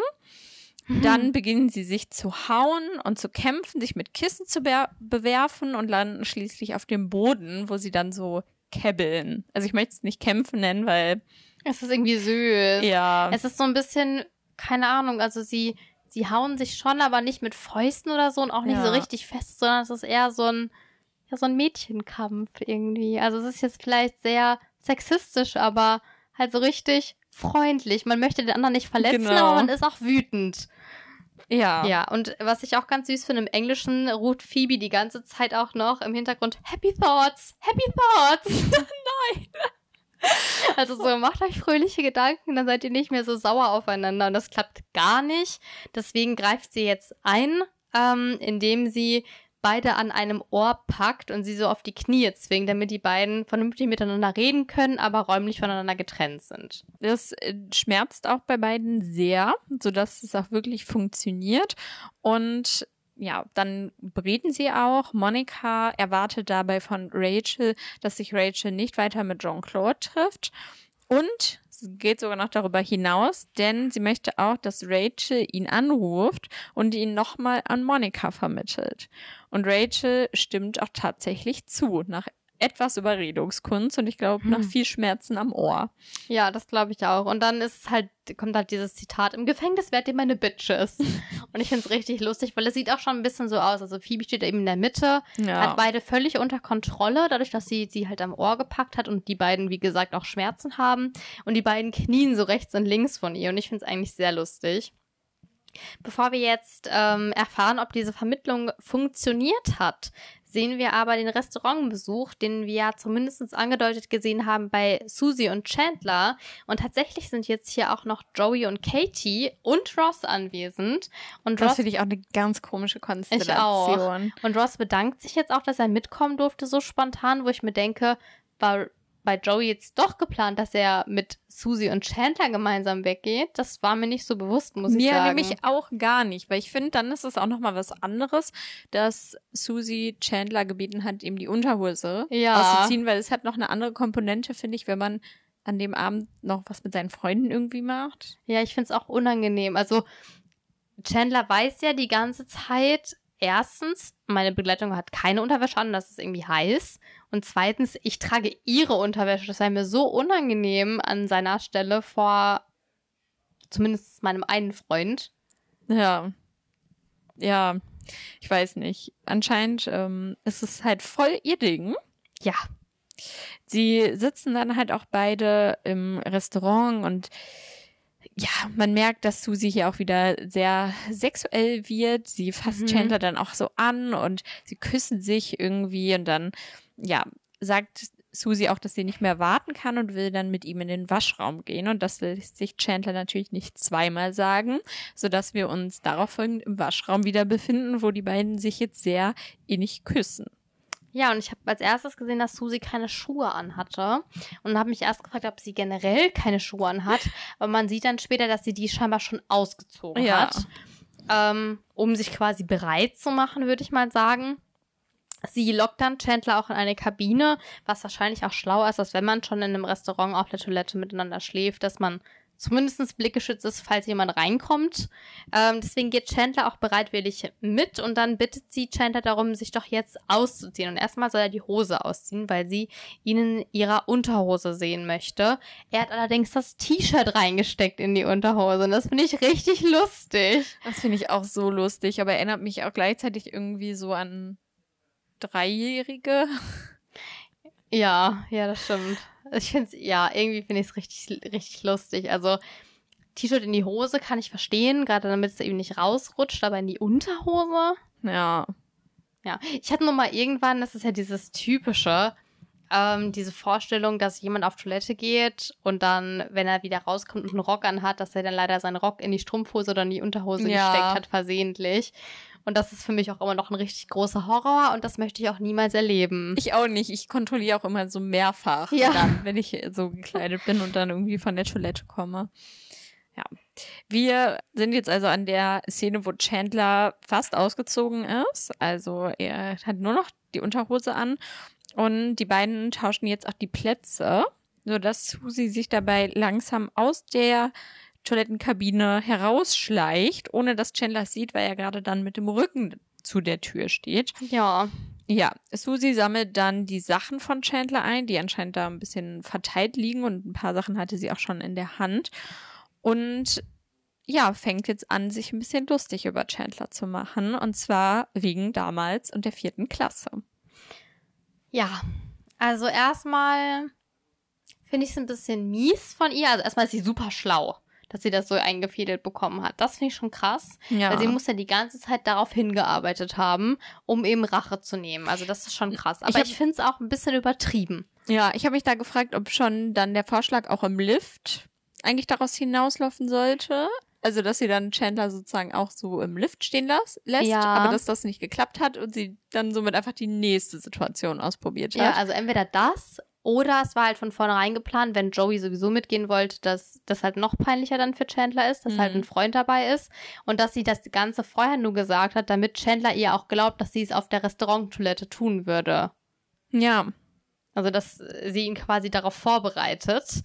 Dann beginnen sie sich zu hauen und zu kämpfen, sich mit Kissen zu bewerfen und landen schließlich auf dem Boden, wo sie dann so käbbeln. Also ich möchte es nicht kämpfen nennen, weil es ist irgendwie süß. Ja. Es ist so ein bisschen, keine Ahnung, also sie hauen sich schon, aber nicht mit Fäusten oder so und auch nicht so richtig fest, sondern es ist eher so ein Mädchenkampf irgendwie. Also es ist jetzt vielleicht sehr sexistisch, aber halt so richtig freundlich. Man möchte den anderen nicht verletzen, aber man ist auch wütend. Ja. Ja, und was ich auch ganz süß finde, im Englischen ruft Phoebe die ganze Zeit auch noch im Hintergrund Happy Thoughts, Happy Thoughts. Nein. Also so, macht euch fröhliche Gedanken, dann seid ihr nicht mehr so sauer aufeinander. Und das klappt gar nicht. Deswegen greift sie jetzt ein, indem sie beide an einem Ohr packt und sie so auf die Knie zwingt, damit die beiden vernünftig miteinander reden können, aber räumlich voneinander getrennt sind. Das schmerzt auch bei beiden sehr, sodass es auch wirklich funktioniert. Und ja, dann reden sie auch. Monica erwartet dabei von Rachel, dass sich Rachel nicht weiter mit Jean-Claude trifft. Und es geht sogar noch darüber hinaus, denn sie möchte auch, dass Rachel ihn anruft und ihn nochmal an Monica vermittelt. Und Rachel stimmt auch tatsächlich zu, nach etwas Überredungskunst und ich glaube nach viel Schmerzen am Ohr. Ja, das glaube ich auch. Und dann kommt halt dieses Zitat, im Gefängnis werdet ihr meine Bitches. Und ich finde es richtig lustig, weil es sieht auch schon ein bisschen so aus. Also Phoebe steht eben in der Mitte, hat beide völlig unter Kontrolle, dadurch, dass sie halt am Ohr gepackt hat und die beiden, wie gesagt, auch Schmerzen haben. Und die beiden knien so rechts und links von ihr. Und ich finde es eigentlich sehr lustig. Bevor wir jetzt erfahren, ob diese Vermittlung funktioniert hat, sehen wir aber den Restaurantbesuch, den wir ja zumindest angedeutet gesehen haben bei Susie und Chandler. Und tatsächlich sind jetzt hier auch noch Joey und Katie und Ross anwesend. Und das finde ich auch eine ganz komische Konstellation. Ich auch. Und Ross bedankt sich jetzt auch, dass er mitkommen durfte, so spontan, wo ich mir denke, war bei Joey jetzt doch geplant, dass er mit Susie und Chandler gemeinsam weggeht. Das war mir nicht so bewusst, muss ich sagen. Mir nämlich auch gar nicht, weil ich finde, dann ist es auch nochmal was anderes, dass Susie Chandler gebeten hat, ihm die Unterhose auszuziehen, weil es hat noch eine andere Komponente, finde ich, wenn man an dem Abend noch was mit seinen Freunden irgendwie macht. Ja, ich finde es auch unangenehm. Also Chandler weiß ja die ganze Zeit, erstens, meine Begleitung hat keine Unterwäsche an, das ist irgendwie heiß. Und zweitens, ich trage ihre Unterwäsche. Das sei mir so unangenehm an seiner Stelle vor zumindest meinem einen Freund. Ja. Ja, ich weiß nicht. Anscheinend ist es halt voll ihr Ding. Ja. Sie sitzen dann halt auch beide im Restaurant und ja, man merkt, dass Susie hier auch wieder sehr sexuell wird. Sie fasst Chandler dann auch so an und sie küssen sich irgendwie und dann, ja, sagt Susie auch, dass sie nicht mehr warten kann und will dann mit ihm in den Waschraum gehen. Und das lässt sich Chandler natürlich nicht zweimal sagen, sodass wir uns daraufhin im Waschraum wieder befinden, wo die beiden sich jetzt sehr innig küssen. Ja, und ich habe als erstes gesehen, dass Susie keine Schuhe anhatte und habe mich erst gefragt, ob sie generell keine Schuhe anhat, aber man sieht dann später, dass sie die scheinbar schon ausgezogen hat, um sich quasi bereit zu machen, würde ich mal sagen. Sie lockt dann Chandler auch in eine Kabine, was wahrscheinlich auch schlau ist, dass wenn man schon in einem Restaurant auf der Toilette miteinander schläft, dass man zumindest blickgeschützt ist, falls jemand reinkommt. Deswegen geht Chandler auch bereitwillig mit und dann bittet sie Chandler darum, sich doch jetzt auszuziehen. Und erstmal soll er die Hose ausziehen, weil sie ihn in ihrer Unterhose sehen möchte. Er hat allerdings das T-Shirt reingesteckt in die Unterhose und das finde ich richtig lustig. Das finde ich auch so lustig, aber erinnert mich auch gleichzeitig irgendwie so an Dreijährige. Ja, das stimmt. Irgendwie finde ich es richtig, richtig lustig. Also, T-Shirt in die Hose kann ich verstehen, gerade damit es eben nicht rausrutscht, aber in die Unterhose? Ja. Ja, ich hatte nur mal irgendwann, das ist ja dieses typische, diese Vorstellung, dass jemand auf Toilette geht und dann, wenn er wieder rauskommt und einen Rock anhat, dass er dann leider seinen Rock in die Strumpfhose oder in die Unterhose gesteckt hat, versehentlich. Und das ist für mich auch immer noch ein richtig großer Horror und das möchte ich auch niemals erleben. Ich auch nicht. Ich kontrolliere auch immer so mehrfach, dann, wenn ich so gekleidet bin und dann irgendwie von der Toilette komme. Ja. Wir sind jetzt also an der Szene, wo Chandler fast ausgezogen ist. Also er hat nur noch die Unterhose an und die beiden tauschen jetzt auch die Plätze, sodass Susie sich dabei langsam aus der Toilettenkabine herausschleicht, ohne dass Chandler sieht, weil er gerade dann mit dem Rücken zu der Tür steht. Ja. Ja, Susie sammelt dann die Sachen von Chandler ein, die anscheinend da ein bisschen verteilt liegen und ein paar Sachen hatte sie auch schon in der Hand. Und ja, fängt jetzt an, sich ein bisschen lustig über Chandler zu machen. Und zwar wegen damals und der 4. Klasse. Ja, also erstmal finde ich es ein bisschen mies von ihr. Also erstmal ist sie super schlau, dass sie das so eingefädelt bekommen hat. Das finde ich schon krass, weil sie muss ja die ganze Zeit darauf hingearbeitet haben, um eben Rache zu nehmen. Also das ist schon krass. Aber ich finde es auch ein bisschen übertrieben. Ja, ich habe mich da gefragt, ob schon dann der Vorschlag auch im Lift eigentlich daraus hinauslaufen sollte. Also, dass sie dann Chandler sozusagen auch so im Lift stehen lässt, aber dass das nicht geklappt hat und sie dann somit einfach die nächste Situation ausprobiert hat. Ja, also entweder das oder es war halt von vornherein geplant, wenn Joey sowieso mitgehen wollte, dass das halt noch peinlicher dann für Chandler ist, dass halt ein Freund dabei ist und dass sie das Ganze vorher nur gesagt hat, damit Chandler ihr auch glaubt, dass sie es auf der Restauranttoilette tun würde. Ja. Also, dass sie ihn quasi darauf vorbereitet.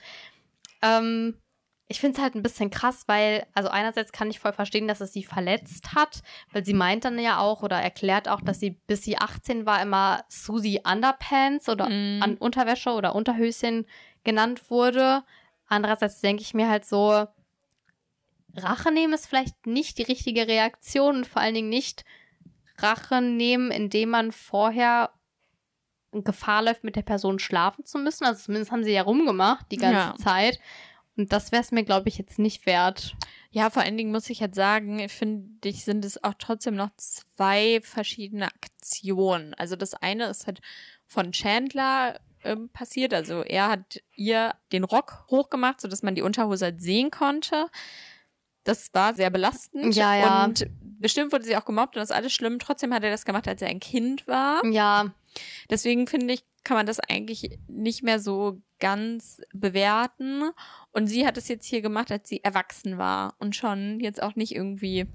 Ich finde es halt ein bisschen krass, weil, also einerseits kann ich voll verstehen, dass es sie verletzt hat, weil sie meint dann ja auch oder erklärt auch, dass sie, bis sie 18 war, immer Susie Underpants oder Unterwäsche oder Unterhöschen genannt wurde. Andererseits denke ich mir halt so, Rache nehmen ist vielleicht nicht die richtige Reaktion und vor allen Dingen nicht Rache nehmen, indem man vorher in Gefahr läuft, mit der Person schlafen zu müssen. Also zumindest haben sie ja rumgemacht die ganze Zeit. Und das wäre es mir, glaube ich, jetzt nicht wert. Ja, vor allen Dingen muss ich jetzt sagen, finde ich, sind es auch trotzdem noch 2 verschiedene Aktionen. Also das eine ist halt von Chandler passiert. Also er hat ihr den Rock hochgemacht, sodass man die Unterhose halt sehen konnte. Das war sehr belastend. Ja. Und bestimmt wurde sie auch gemobbt und das ist alles schlimm. Trotzdem hat er das gemacht, als er ein Kind war. Ja. Deswegen finde ich, kann man das eigentlich nicht mehr so ganz bewerten. Und sie hat es jetzt hier gemacht, als sie erwachsen war und schon jetzt auch nicht irgendwie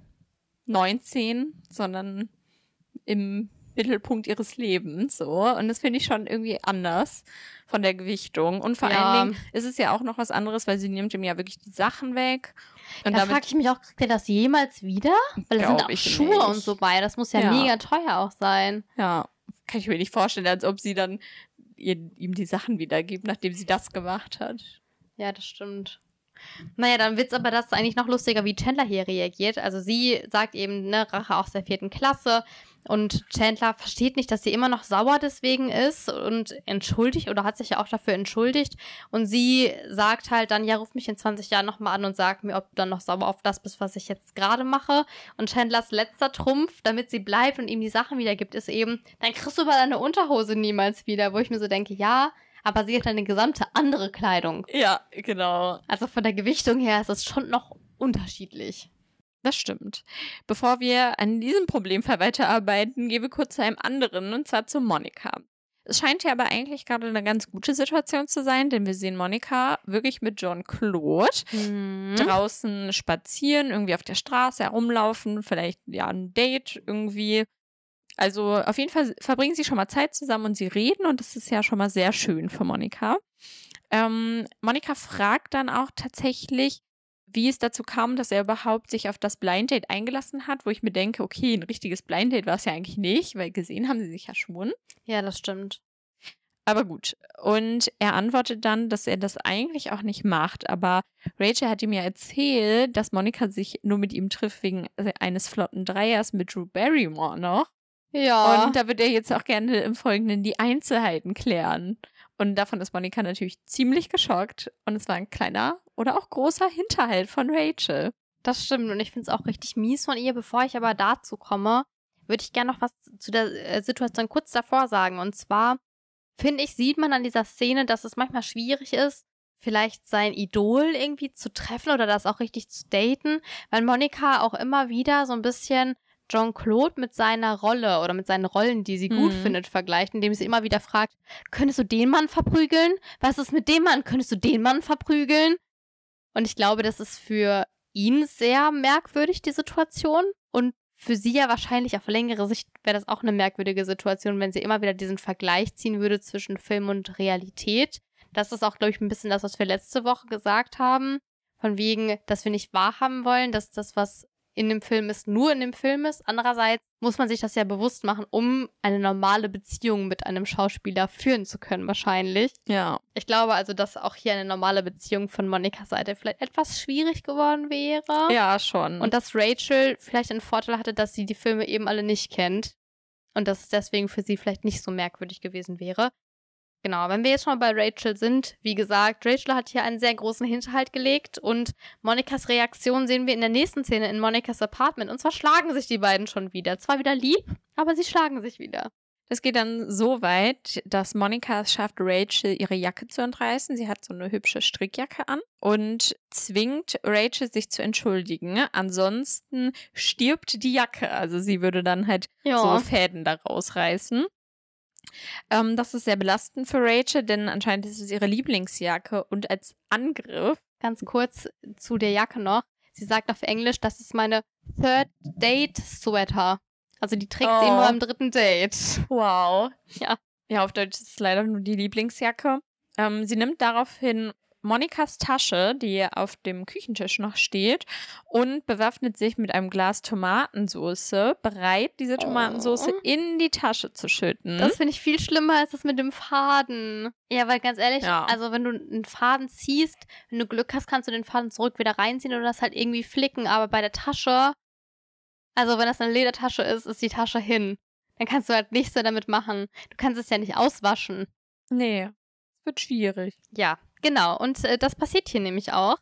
19, sondern im Mittelpunkt ihres Lebens, so. Und das finde ich schon irgendwie anders von der Gewichtung. Und vor allen Dingen ist es ja auch noch was anderes, weil sie nimmt ihm ja wirklich die Sachen weg. Und da frage ich mich auch, kriegt er das jemals wieder? Weil da sind auch Schuhe nicht. Und so bei. Das muss ja mega teuer auch sein. Ja, kann ich mir nicht vorstellen, als ob sie dann ihm die Sachen wiedergibt, nachdem sie das gemacht hat. Ja, das stimmt. Naja, dann wird's aber das eigentlich noch lustiger, wie Chandler hier reagiert. Also sie sagt eben, ne, Rache aus der 4. Klasse und Chandler versteht nicht, dass sie immer noch sauer deswegen ist und entschuldigt oder hat sich ja auch dafür entschuldigt und sie sagt halt dann, ja, ruf mich in 20 Jahren nochmal an und sag mir, ob du dann noch sauer auf das bist, was ich jetzt gerade mache. Und Chandlers letzter Trumpf, damit sie bleibt und ihm die Sachen wiedergibt, ist eben, dann kriegst du aber deine Unterhose niemals wieder, wo ich mir so denke, ja, aber sie hat eine gesamte andere Kleidung. Ja, genau. Also von der Gewichtung her ist es schon noch unterschiedlich. Das stimmt. Bevor wir an diesem Problemfall weiterarbeiten, gehen wir kurz zu einem anderen, und zwar zu Monica. Es scheint ja aber eigentlich gerade eine ganz gute Situation zu sein, denn wir sehen Monica wirklich mit John Claude draußen spazieren, irgendwie auf der Straße herumlaufen, vielleicht ja ein Date irgendwie. Also auf jeden Fall verbringen sie schon mal Zeit zusammen und sie reden und das ist ja schon mal sehr schön für Monica. Monica fragt dann auch tatsächlich, wie es dazu kam, dass er überhaupt sich auf das Blind Date eingelassen hat, wo ich mir denke, okay, ein richtiges Blind Date war es ja eigentlich nicht, weil gesehen haben sie sich ja schon. Ja, das stimmt. Aber gut. Und er antwortet dann, dass er das eigentlich auch nicht macht. Aber Rachel hat ihm ja erzählt, dass Monica sich nur mit ihm trifft wegen eines flotten Dreiers mit Drew Barrymore noch. Ja. Und da wird er jetzt auch gerne im Folgenden die Einzelheiten klären. Und davon ist Monica natürlich ziemlich geschockt. Und es war ein kleiner oder auch großer Hinterhalt von Rachel. Das stimmt. Und ich finde es auch richtig mies von ihr. Bevor ich aber dazu komme, würde ich gerne noch was zu der Situation kurz davor sagen. Und zwar, finde ich, sieht man an dieser Szene, dass es manchmal schwierig ist, vielleicht sein Idol irgendwie zu treffen oder das auch richtig zu daten, weil Monica auch immer wieder so ein bisschen Jean-Claude mit seiner Rolle oder mit seinen Rollen, die sie gut findet, vergleicht, indem sie immer wieder fragt, könntest du den Mann verprügeln? Was ist mit dem Mann? Könntest du den Mann verprügeln? Und ich glaube, das ist für ihn sehr merkwürdig, die Situation. Und für sie ja wahrscheinlich auf längere Sicht wäre das auch eine merkwürdige Situation, wenn sie immer wieder diesen Vergleich ziehen würde zwischen Film und Realität. Das ist auch, glaube ich, ein bisschen das, was wir letzte Woche gesagt haben. Von wegen, dass wir nicht wahrhaben wollen, dass das, was in dem Film ist, nur in dem Film ist. Andererseits muss man sich das ja bewusst machen, um eine normale Beziehung mit einem Schauspieler führen zu können, wahrscheinlich. Ja. Ich glaube also, dass auch hier eine normale Beziehung von Monikas Seite vielleicht etwas schwierig geworden wäre. Ja, schon. Und dass Rachel vielleicht einen Vorteil hatte, dass sie die Filme eben alle nicht kennt. Und dass es deswegen für sie vielleicht nicht so merkwürdig gewesen wäre. Genau, wenn wir jetzt schon mal bei Rachel sind, wie gesagt, Rachel hat hier einen sehr großen Hinterhalt gelegt und Monikas Reaktion sehen wir in der nächsten Szene in Monikas Apartment. Und zwar schlagen sich die beiden schon wieder. Zwar wieder lieb, aber sie schlagen sich wieder. Es geht dann so weit, dass Monica es schafft, Rachel ihre Jacke zu entreißen. Sie hat so eine hübsche Strickjacke an und zwingt Rachel, sich zu entschuldigen. Ansonsten stirbt die Jacke. Also sie würde dann halt so Fäden da rausreißen. Das ist sehr belastend für Rachel, denn anscheinend ist es ihre Lieblingsjacke und als Angriff. Ganz kurz zu der Jacke noch. Sie sagt auf Englisch, das ist meine Third Date Sweater. Also die trägt sie immer am 3. Date. Wow. Ja. Ja, auf Deutsch ist es leider nur die Lieblingsjacke. Sie nimmt daraufhin Monikas Tasche, die auf dem Küchentisch noch steht, und bewaffnet sich mit einem Glas Tomatensauce, bereit, diese Tomatensauce in die Tasche zu schütten. Das finde ich viel schlimmer als das mit dem Faden. Ja, weil ganz ehrlich, also wenn du einen Faden ziehst, wenn du Glück hast, kannst du den Faden zurück wieder reinziehen oder das halt irgendwie flicken, aber bei der Tasche, also wenn das eine Ledertasche ist, ist die Tasche hin. Dann kannst du halt nichts mehr damit machen. Du kannst es ja nicht auswaschen. Nee, es wird schwierig. Ja, genau. Und das passiert hier nämlich auch.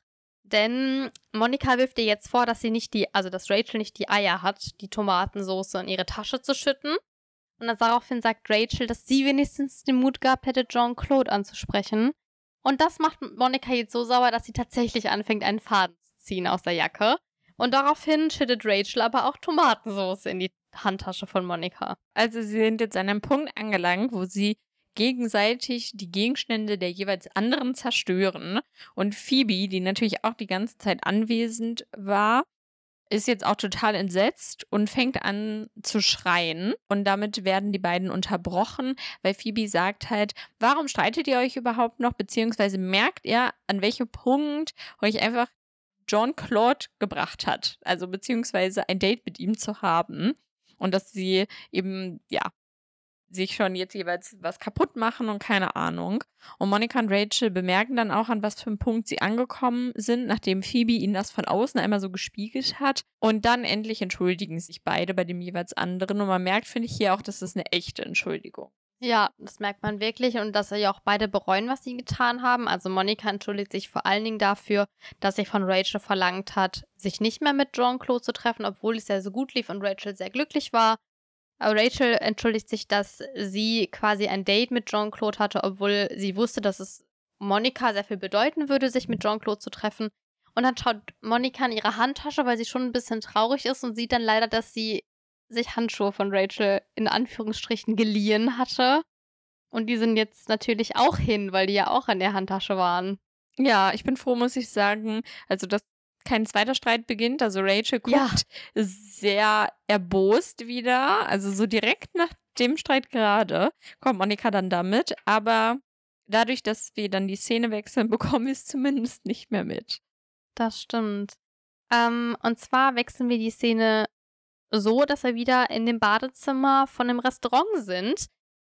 Denn Monica wirft ihr jetzt vor, dass dass Rachel nicht die Eier hat, die Tomatensauce in ihre Tasche zu schütten. Und dann daraufhin sagt Rachel, dass sie wenigstens den Mut gehabt hätte, Jean-Claude anzusprechen. Und das macht Monica jetzt so sauer, dass sie tatsächlich anfängt, einen Faden zu ziehen aus der Jacke. Und daraufhin schüttet Rachel aber auch Tomatensauce in die Handtasche von Monica. Also sie sind jetzt an einem Punkt angelangt, wo sie gegenseitig die Gegenstände der jeweils anderen zerstören. Und Phoebe, die natürlich auch die ganze Zeit anwesend war, ist jetzt auch total entsetzt und fängt an zu schreien. Und damit werden die beiden unterbrochen, weil Phoebe sagt halt, warum streitet ihr euch überhaupt noch? Beziehungsweise merkt ihr, an welchem Punkt euch einfach Jean-Claude gebracht hat. Also beziehungsweise ein Date mit ihm zu haben. Und dass sie eben, sich schon jetzt jeweils was kaputt machen und keine Ahnung. Und Monica und Rachel bemerken dann auch, an was für einem Punkt sie angekommen sind, nachdem Phoebe ihnen das von außen einmal so gespiegelt hat. Und dann endlich entschuldigen sich beide bei dem jeweils anderen. Und man merkt, finde ich, hier auch, dass das eine echte Entschuldigung. Ja, das merkt man wirklich und dass sie ja auch beide bereuen, was sie getan haben. Also Monica entschuldigt sich vor allen Dingen dafür, dass sie von Rachel verlangt hat, sich nicht mehr mit Jean-Claude zu treffen, obwohl es ja so gut lief und Rachel sehr glücklich war. Aber Rachel entschuldigt sich, dass sie quasi ein Date mit Jean-Claude hatte, obwohl sie wusste, dass es Monica sehr viel bedeuten würde, sich mit Jean-Claude zu treffen. Und dann schaut Monica in ihre Handtasche, weil sie schon ein bisschen traurig ist und sieht dann leider, dass sie sich Handschuhe von Rachel in Anführungsstrichen geliehen hatte. Und die sind jetzt natürlich auch hin, weil die ja auch in der Handtasche waren. Ja, ich bin froh, muss ich sagen, also dass kein zweiter Streit beginnt. Also Rachel guckt sehr erbost wieder. Also so direkt nach dem Streit gerade kommt Monica dann damit. Aber dadurch, dass wir dann die Szene wechseln, bekommen wir es zumindest nicht mehr mit. Das stimmt. Und zwar wechseln wir die Szene so, dass wir wieder in dem Badezimmer von dem Restaurant sind.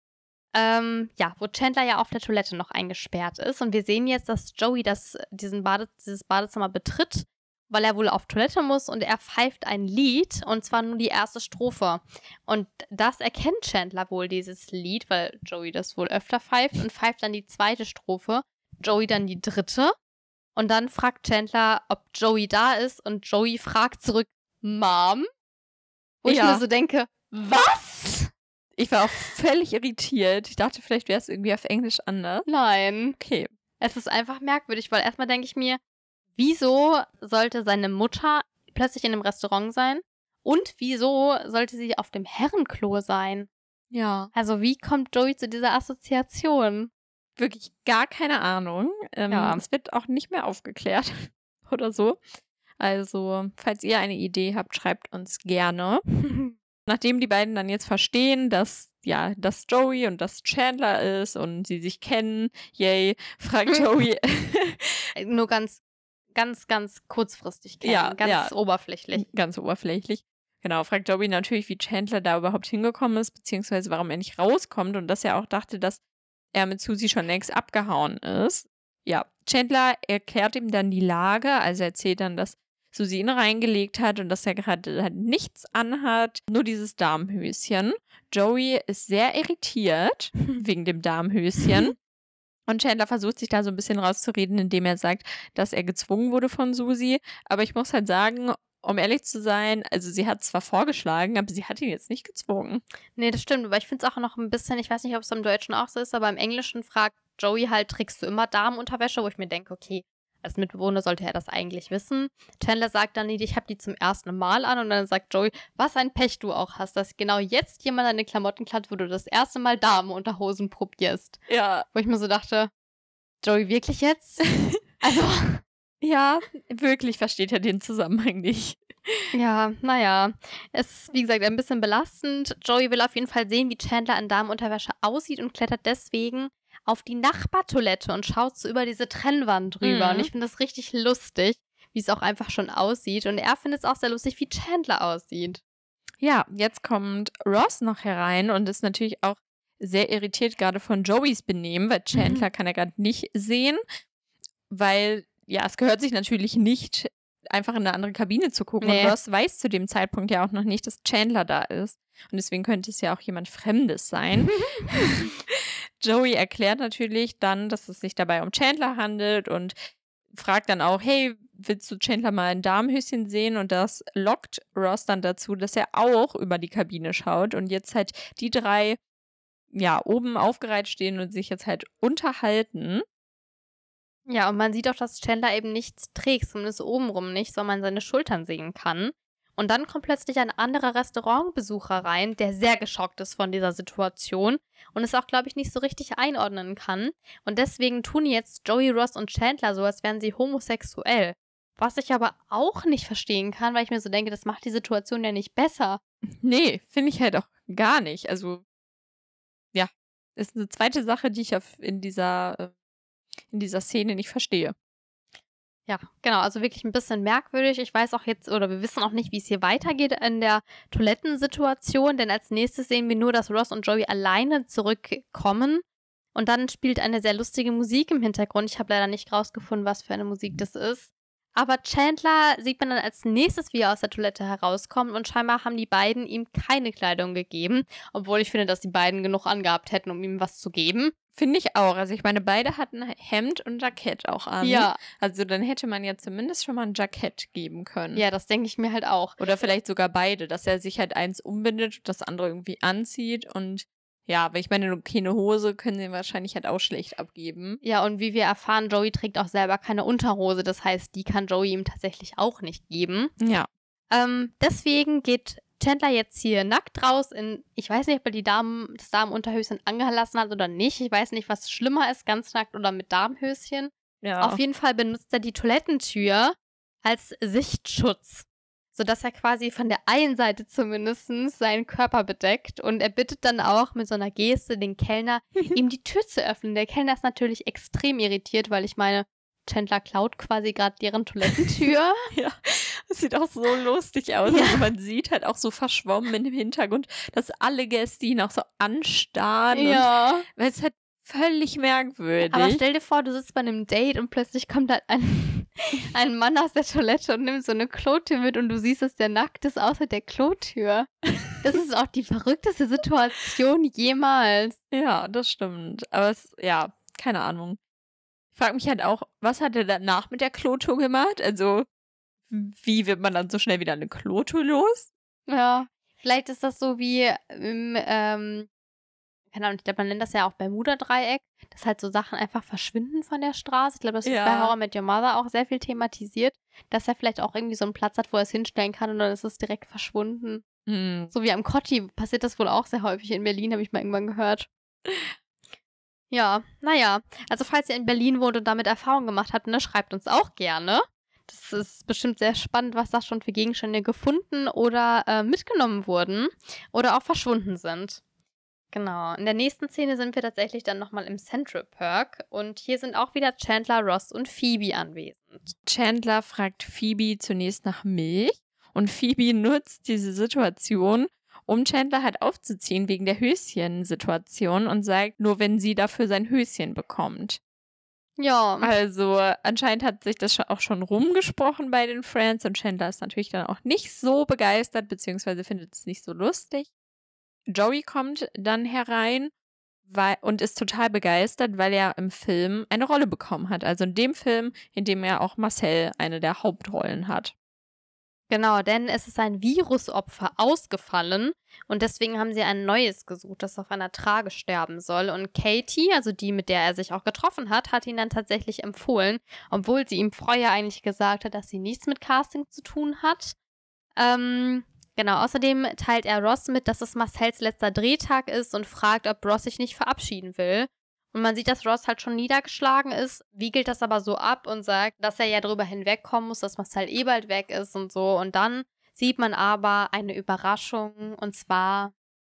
Wo Chandler ja auf der Toilette noch eingesperrt ist. Und wir sehen jetzt, dass Joey dieses Badezimmer betritt, weil er wohl auf Toilette muss, und er pfeift ein Lied, und zwar nur die erste Strophe. Und das erkennt Chandler wohl, dieses Lied, weil Joey das wohl öfter pfeift, und pfeift dann die zweite Strophe, Joey dann die dritte. Und dann fragt Chandler, ob Joey da ist, und Joey fragt zurück, Mom? Wo ich mir so denke, was? Ich war auch völlig irritiert. Ich dachte, vielleicht wäre es irgendwie auf Englisch anders. Nein. Okay. Es ist einfach merkwürdig, weil erstmal denke ich mir, wieso sollte seine Mutter plötzlich in einem Restaurant sein? Und wieso sollte sie auf dem Herrenklo sein? Ja. Also wie kommt Joey zu dieser Assoziation? Wirklich gar keine Ahnung. Es wird auch nicht mehr aufgeklärt oder so. Also, falls ihr eine Idee habt, schreibt uns gerne. Nachdem die beiden dann jetzt verstehen, dass Joey und das Chandler ist und sie sich kennen, yay, fragt Joey. Nur ganz kurzfristig kennen, oberflächlich. Ganz oberflächlich. Genau, fragt Joey natürlich, wie Chandler da überhaupt hingekommen ist, beziehungsweise warum er nicht rauskommt, und dass er auch dachte, dass er mit Susie schon längst abgehauen ist. Ja, Chandler erklärt ihm dann die Lage, also erzählt dann, dass Susie ihn reingelegt hat und dass er gerade halt nichts anhat, nur dieses Darmhöschen. Joey ist sehr irritiert wegen dem Darmhöschen. Und Chandler versucht sich da so ein bisschen rauszureden, indem er sagt, dass er gezwungen wurde von Susie. Aber ich muss halt sagen, um ehrlich zu sein, also sie hat zwar vorgeschlagen, aber sie hat ihn jetzt nicht gezwungen. Nee, das stimmt, aber ich finde es auch noch ein bisschen, ich weiß nicht, ob es im Deutschen auch so ist, aber im Englischen fragt Joey halt, trägst du immer Damenunterwäsche? Wo ich mir denke, okay, als Mitbewohner sollte er das eigentlich wissen. Chandler sagt dann nicht, ich habe die zum ersten Mal an, und dann sagt Joey, was ein Pech du auch hast, dass genau jetzt jemand deine Klamotten klaut, wo du das erste Mal Damenunterhosen probierst. Ja. Wo ich mir so dachte, Joey, wirklich jetzt? Also... Ja, wirklich versteht er den Zusammenhang nicht. Ja, naja. Es ist, wie gesagt, ein bisschen belastend. Joey will auf jeden Fall sehen, wie Chandler in Damenunterwäsche aussieht, und klettert deswegen auf die Nachbartoilette und schaut so über diese Trennwand drüber. Und ich finde das richtig lustig, wie es auch einfach schon aussieht. Und er findet es auch sehr lustig, wie Chandler aussieht. Ja, jetzt kommt Ross noch herein und ist natürlich auch sehr irritiert gerade von Joeys Benehmen, weil Chandler kann er gerade nicht sehen, weil ja, es gehört sich natürlich nicht, einfach in eine andere Kabine zu gucken. Nee. Und Ross weiß zu dem Zeitpunkt ja auch noch nicht, dass Chandler da ist. Und deswegen könnte es ja auch jemand Fremdes sein. Joey erklärt natürlich dann, dass es sich dabei um Chandler handelt, und fragt dann auch, hey, willst du Chandler mal ein Darmhöschen sehen? Und das lockt Ross dann dazu, dass er auch über die Kabine schaut und jetzt halt die drei oben aufgereiht stehen und sich jetzt halt unterhalten. Ja, und man sieht auch, dass Chandler eben nichts trägt, zumindest obenrum nicht, sondern man seine Schultern sehen kann. Und dann kommt plötzlich ein anderer Restaurantbesucher rein, der sehr geschockt ist von dieser Situation und es auch, glaube ich, nicht so richtig einordnen kann. Und deswegen tun jetzt Joey, Ross und Chandler so, als wären sie homosexuell. Was ich aber auch nicht verstehen kann, weil ich mir so denke, das macht die Situation ja nicht besser. Nee, finde ich halt auch gar nicht. Also, ja, ist eine zweite Sache, die ich in dieser Szene nicht verstehe. Ja, genau, also wirklich ein bisschen merkwürdig. Ich weiß auch jetzt, oder wir wissen auch nicht, wie es hier weitergeht in der Toilettensituation, denn als nächstes sehen wir nur, dass Ross und Joey alleine zurückkommen und dann spielt eine sehr lustige Musik im Hintergrund. Ich habe leider nicht rausgefunden, was für eine Musik das ist. Aber Chandler sieht man dann als nächstes, wie er aus der Toilette herauskommt, und scheinbar haben die beiden ihm keine Kleidung gegeben, obwohl ich finde, dass die beiden genug angehabt hätten, um ihm was zu geben. Finde ich auch. Also ich meine, beide hatten Hemd und Jackett auch an. Ja. Also dann hätte man ja zumindest schon mal ein Jackett geben können. Ja, das denke ich mir halt auch. Oder vielleicht sogar beide, dass er sich halt eins umbindet und das andere irgendwie anzieht. Und ja, aber ich meine, keine Hose können sie wahrscheinlich halt auch schlecht abgeben. Ja, und wie wir erfahren, Joey trägt auch selber keine Unterhose. Das heißt, die kann Joey ihm tatsächlich auch nicht geben. Ja. Deswegen geht Chandler jetzt hier nackt raus ich weiß nicht, ob er das Damenunterhöschen angelassen hat oder nicht. Ich weiß nicht, was schlimmer ist, ganz nackt oder mit Darmhöschen. Ja. Auf jeden Fall benutzt er die Toilettentür als Sichtschutz, sodass er quasi von der einen Seite zumindest seinen Körper bedeckt. Und er bittet dann auch mit so einer Geste den Kellner, ihm die Tür zu öffnen. Der Kellner ist natürlich extrem irritiert, weil ich meine, Chandler klaut quasi gerade deren Toilettentür. Ja, das sieht auch so lustig aus. Ja. Also man sieht halt auch so verschwommen in dem Hintergrund, dass alle Gäste ihn auch so anstarren. Ja. Weil es halt völlig merkwürdig. Aber stell dir vor, du sitzt bei einem Date und plötzlich kommt halt ein Mann aus der Toilette und nimmt so eine Klotür mit und du siehst, dass der nackt ist außer der Klotür. Das ist auch die verrückteste Situation jemals. Ja, das stimmt. Aber ja, keine Ahnung. Ich frage mich halt auch, was hat er danach mit der Klotour gemacht? Also, wie wird man dann so schnell wieder eine Klotour los? Ja, vielleicht ist das so wie im, keine Ahnung, ich glaube, man nennt das ja auch Bermuda-Dreieck, dass halt so Sachen einfach verschwinden von der Straße. Ich glaube, das wird Ja. bei How I Met Your Mother auch sehr viel thematisiert, dass er vielleicht auch irgendwie so einen Platz hat, wo er es hinstellen kann und dann ist es direkt verschwunden. So wie am Kotti passiert das wohl auch sehr häufig in Berlin, habe ich mal irgendwann gehört. Ja, naja. Also falls ihr in Berlin wohnt und damit Erfahrung gemacht habt, ne, schreibt uns auch gerne. Das ist bestimmt sehr spannend, was da schon für Gegenstände gefunden oder mitgenommen wurden oder auch verschwunden sind. Genau. In der nächsten Szene sind wir tatsächlich dann nochmal im Central Park und hier sind auch wieder Chandler, Ross und Phoebe anwesend. Chandler fragt Phoebe zunächst nach Milch und Phoebe nutzt diese Situation, um Chandler halt aufzuziehen wegen der Höschen-Situation und sagt, nur wenn sie dafür sein Höschen bekommt. Ja. Also anscheinend hat sich das auch schon rumgesprochen bei den Friends und Chandler ist natürlich dann auch nicht so begeistert, beziehungsweise findet es nicht so lustig. Joey kommt dann herein und ist total begeistert, weil er im Film eine Rolle bekommen hat. Also in dem Film, in dem er auch Marcel eine der Hauptrollen hat. Genau, denn es ist ein Virusopfer ausgefallen und deswegen haben sie ein neues gesucht, das auf einer Trage sterben soll. Und Katie, also die, mit der er sich auch getroffen hat, hat ihn dann tatsächlich empfohlen, obwohl sie ihm vorher eigentlich gesagt hat, dass sie nichts mit Casting zu tun hat. Genau, außerdem teilt er Ross mit, dass es Marcells letzter Drehtag ist und fragt, ob Ross sich nicht verabschieden will. Und man sieht, dass Ross halt schon niedergeschlagen ist, wiegelt das aber so ab und sagt, dass er ja drüber hinwegkommen muss, dass Marcel eh bald weg ist und so. Und dann sieht man aber eine Überraschung und zwar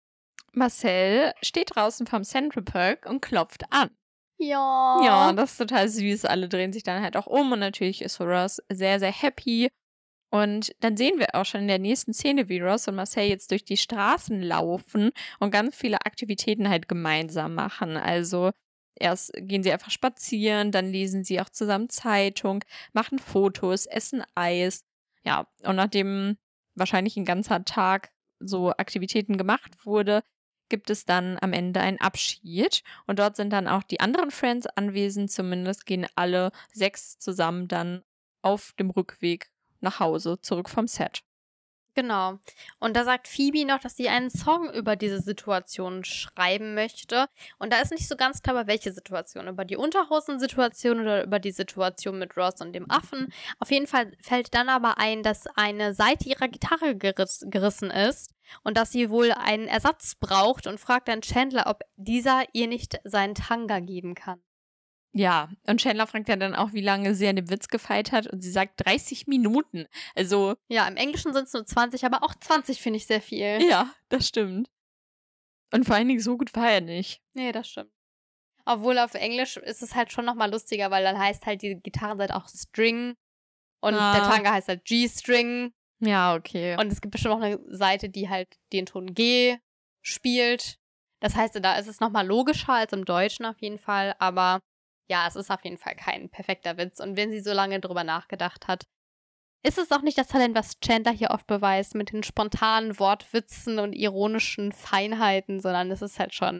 Marcel steht draußen vom Central Park und klopft an. Ja. Ja, das ist total süß. Alle drehen sich dann halt auch um und natürlich ist Ross sehr, sehr happy. Und dann sehen wir auch schon in der nächsten Szene, wie Ross und Marcel jetzt durch die Straßen laufen und ganz viele Aktivitäten halt gemeinsam machen. Also erst gehen sie einfach spazieren, dann lesen sie auch zusammen Zeitung, machen Fotos, essen Eis. Ja, und nachdem wahrscheinlich ein ganzer Tag so Aktivitäten gemacht wurde, gibt es dann am Ende einen Abschied. Und dort sind dann auch die anderen Friends anwesend. Zumindest gehen alle 6 zusammen dann auf dem Rückweg nach Hause, zurück vom Set. Genau. Und da sagt Phoebe noch, dass sie einen Song über diese Situation schreiben möchte. Und da ist nicht so ganz klar, über welche Situation. Über die Unterhosensituation oder über die Situation mit Ross und dem Affen. Auf jeden Fall fällt dann aber ein, dass eine Seite ihrer Gitarre gerissen ist und dass sie wohl einen Ersatz braucht und fragt dann Chandler, ob dieser ihr nicht seinen Tanga geben kann. Ja, und Chandler fragt ja dann auch, wie lange sie an dem Witz gefeilt hat und sie sagt 30 Minuten. Also Ja, im Englischen sind es nur 20, aber auch 20 finde ich sehr viel. ja, das stimmt. Und vor allen Dingen so gut war er nicht. Nee, das stimmt. Obwohl auf Englisch ist es halt schon nochmal lustiger, weil dann heißt halt die Gitarrenseite auch String und der Tanga heißt halt G-String. Ja, okay. Und es gibt bestimmt auch eine Seite, die halt den Ton G spielt. Das heißt, da ist es nochmal logischer als im Deutschen auf jeden Fall, aber ja, es ist auf jeden Fall kein perfekter Witz. Und wenn sie so lange drüber nachgedacht hat, ist es auch nicht das Talent, was Chandler hier oft beweist, mit den spontanen Wortwitzen und ironischen Feinheiten, sondern es ist halt schon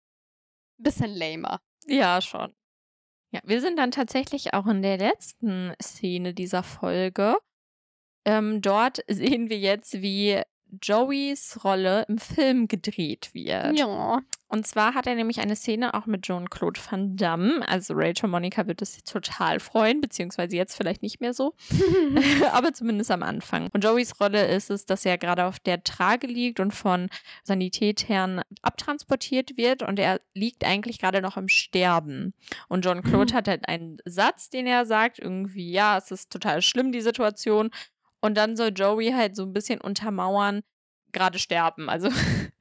ein bisschen lamer. Ja, schon. Ja, wir sind dann tatsächlich auch in der letzten Szene dieser Folge. Dort sehen wir jetzt, wie Joeys Rolle im Film gedreht wird. Ja. Und zwar hat er nämlich eine Szene auch mit Jean-Claude Van Damme. Also Rachel Monica wird es total freuen, beziehungsweise jetzt vielleicht nicht mehr so, aber zumindest am Anfang. Und Joeys Rolle ist es, dass er gerade auf der Trage liegt und von Sanitätern abtransportiert wird und er liegt eigentlich gerade noch im Sterben. Und Jean-Claude hat halt einen Satz, den er sagt, irgendwie, ja, es ist total schlimm, die Situation. Und dann soll Joey halt so ein bisschen untermauern, gerade sterben. Also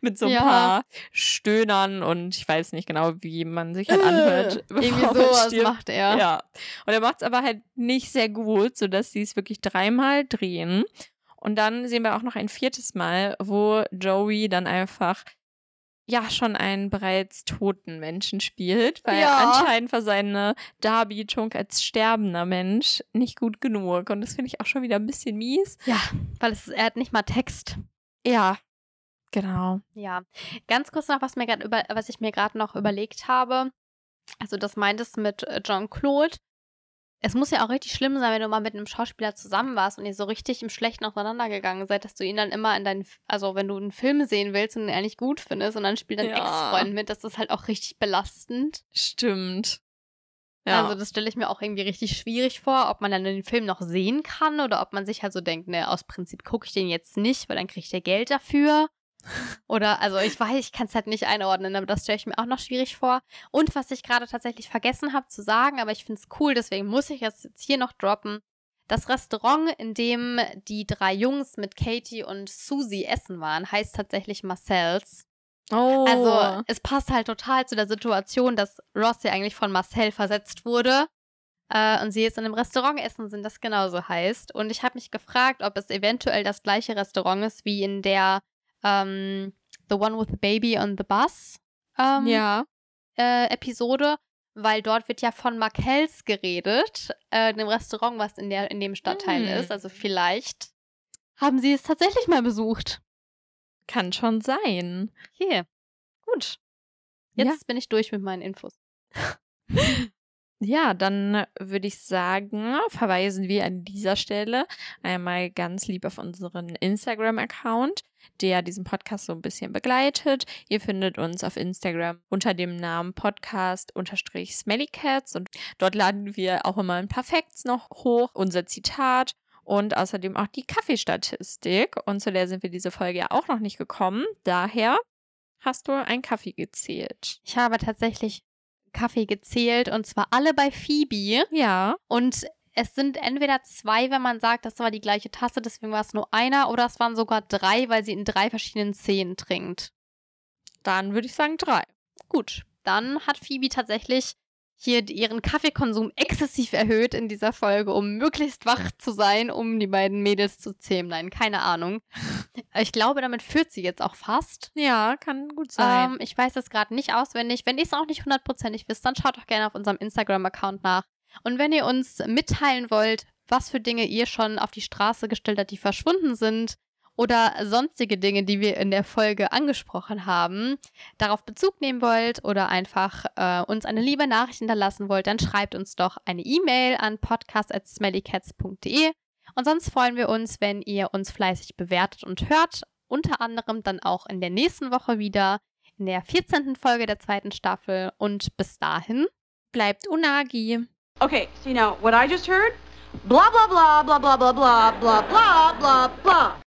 mit so ein Ja. paar Stöhnern und ich weiß nicht genau, wie man sich halt anhört. Irgendwie bevor man sowas stirbt. macht er. Ja. Und er macht es aber halt nicht sehr gut, sodass sie es wirklich 3-mal drehen. Und dann sehen wir auch noch ein 4. Mal, wo Joey dann einfach ja schon einen bereits toten Menschen spielt, weil Ja. anscheinend war seine Darbietung als sterbender Mensch nicht gut genug. Und das finde ich auch schon wieder ein bisschen mies. Ja, weil er hat nicht mal Text. Ja, genau. Ja, ganz kurz noch, was ich mir gerade noch überlegt habe. Also das meintest mit Jean-Claude. Es muss ja auch richtig schlimm sein, wenn du mal mit einem Schauspieler zusammen warst und ihr so richtig im Schlechten auseinandergegangen seid, dass du ihn dann immer also wenn du einen Film sehen willst und ihn eigentlich gut findest und dann spielt dein Ja. Ex-Freund mit, das ist halt auch richtig belastend. Stimmt. Ja. Also das stelle ich mir auch irgendwie richtig schwierig vor, ob man dann den Film noch sehen kann oder ob man sich halt so denkt, ne, aus Prinzip gucke ich den jetzt nicht, weil dann kriegt er Geld dafür. Oder, also ich kann es halt nicht einordnen, aber das stelle ich mir auch noch schwierig vor. Und was ich gerade tatsächlich vergessen habe zu sagen, aber ich finde es cool, deswegen muss ich es jetzt hier noch droppen. Das Restaurant, in dem die 3 Jungs mit Katie und Susie essen waren, heißt tatsächlich Marcel's. Oh. Also es passt halt total zu der Situation, dass Ross ja eigentlich von Marcel versetzt wurde und sie jetzt in einem Restaurant essen sind, das genauso heißt. Und ich habe mich gefragt, ob es eventuell das gleiche Restaurant ist wie in der The One with the Baby on the Bus ja. Episode, weil dort wird ja von Markells geredet, dem Restaurant, was in dem Stadtteil ist. Also vielleicht haben sie es tatsächlich mal besucht. Kann schon sein. Okay, gut. Jetzt bin ich durch mit meinen Infos. Ja, dann würde ich sagen, verweisen wir an dieser Stelle einmal ganz lieb auf unseren Instagram-Account, der diesen Podcast so ein bisschen begleitet. Ihr findet uns auf Instagram unter dem Namen Podcast_SmellyCats und dort laden wir auch immer ein paar Facts noch hoch, unser Zitat und außerdem auch die Kaffeestatistik. Und zu der sind wir diese Folge ja auch noch nicht gekommen. Daher hast du einen Kaffee gezählt. Ich habe tatsächlich Kaffee gezählt und zwar alle bei Phoebe. Ja. Und es sind entweder 2, wenn man sagt, das war die gleiche Tasse, deswegen war es nur einer, oder es waren sogar 3, weil sie in 3 verschiedenen Szenen trinkt. Dann würde ich sagen 3. Gut, dann hat Phoebe tatsächlich hier ihren Kaffeekonsum exzessiv erhöht in dieser Folge, um möglichst wach zu sein, um die beiden Mädels zu zähmen. Nein, keine Ahnung. Ich glaube, damit führt sie jetzt auch fast. Ja, kann gut sein. Ich weiß es gerade nicht auswendig. Wenn ihr es auch nicht 100%ig wisst, dann schaut doch gerne auf unserem Instagram-Account nach. Und wenn ihr uns mitteilen wollt, was für Dinge ihr schon auf die Straße gestellt habt, die verschwunden sind, oder sonstige Dinge, die wir in der Folge angesprochen haben, darauf Bezug nehmen wollt oder einfach uns eine liebe Nachricht hinterlassen wollt, dann schreibt uns doch eine E-Mail an podcast@smellycats.de. Und sonst freuen wir uns, wenn ihr uns fleißig bewertet und hört. Unter anderem dann auch in der nächsten Woche wieder in der 14. Folge der 2. Staffel. Und bis dahin bleibt Unagi. Okay, see now, what I just heard? Blah, blah, blah, blah, blah, blah, blah, blah, blah, blah, blah.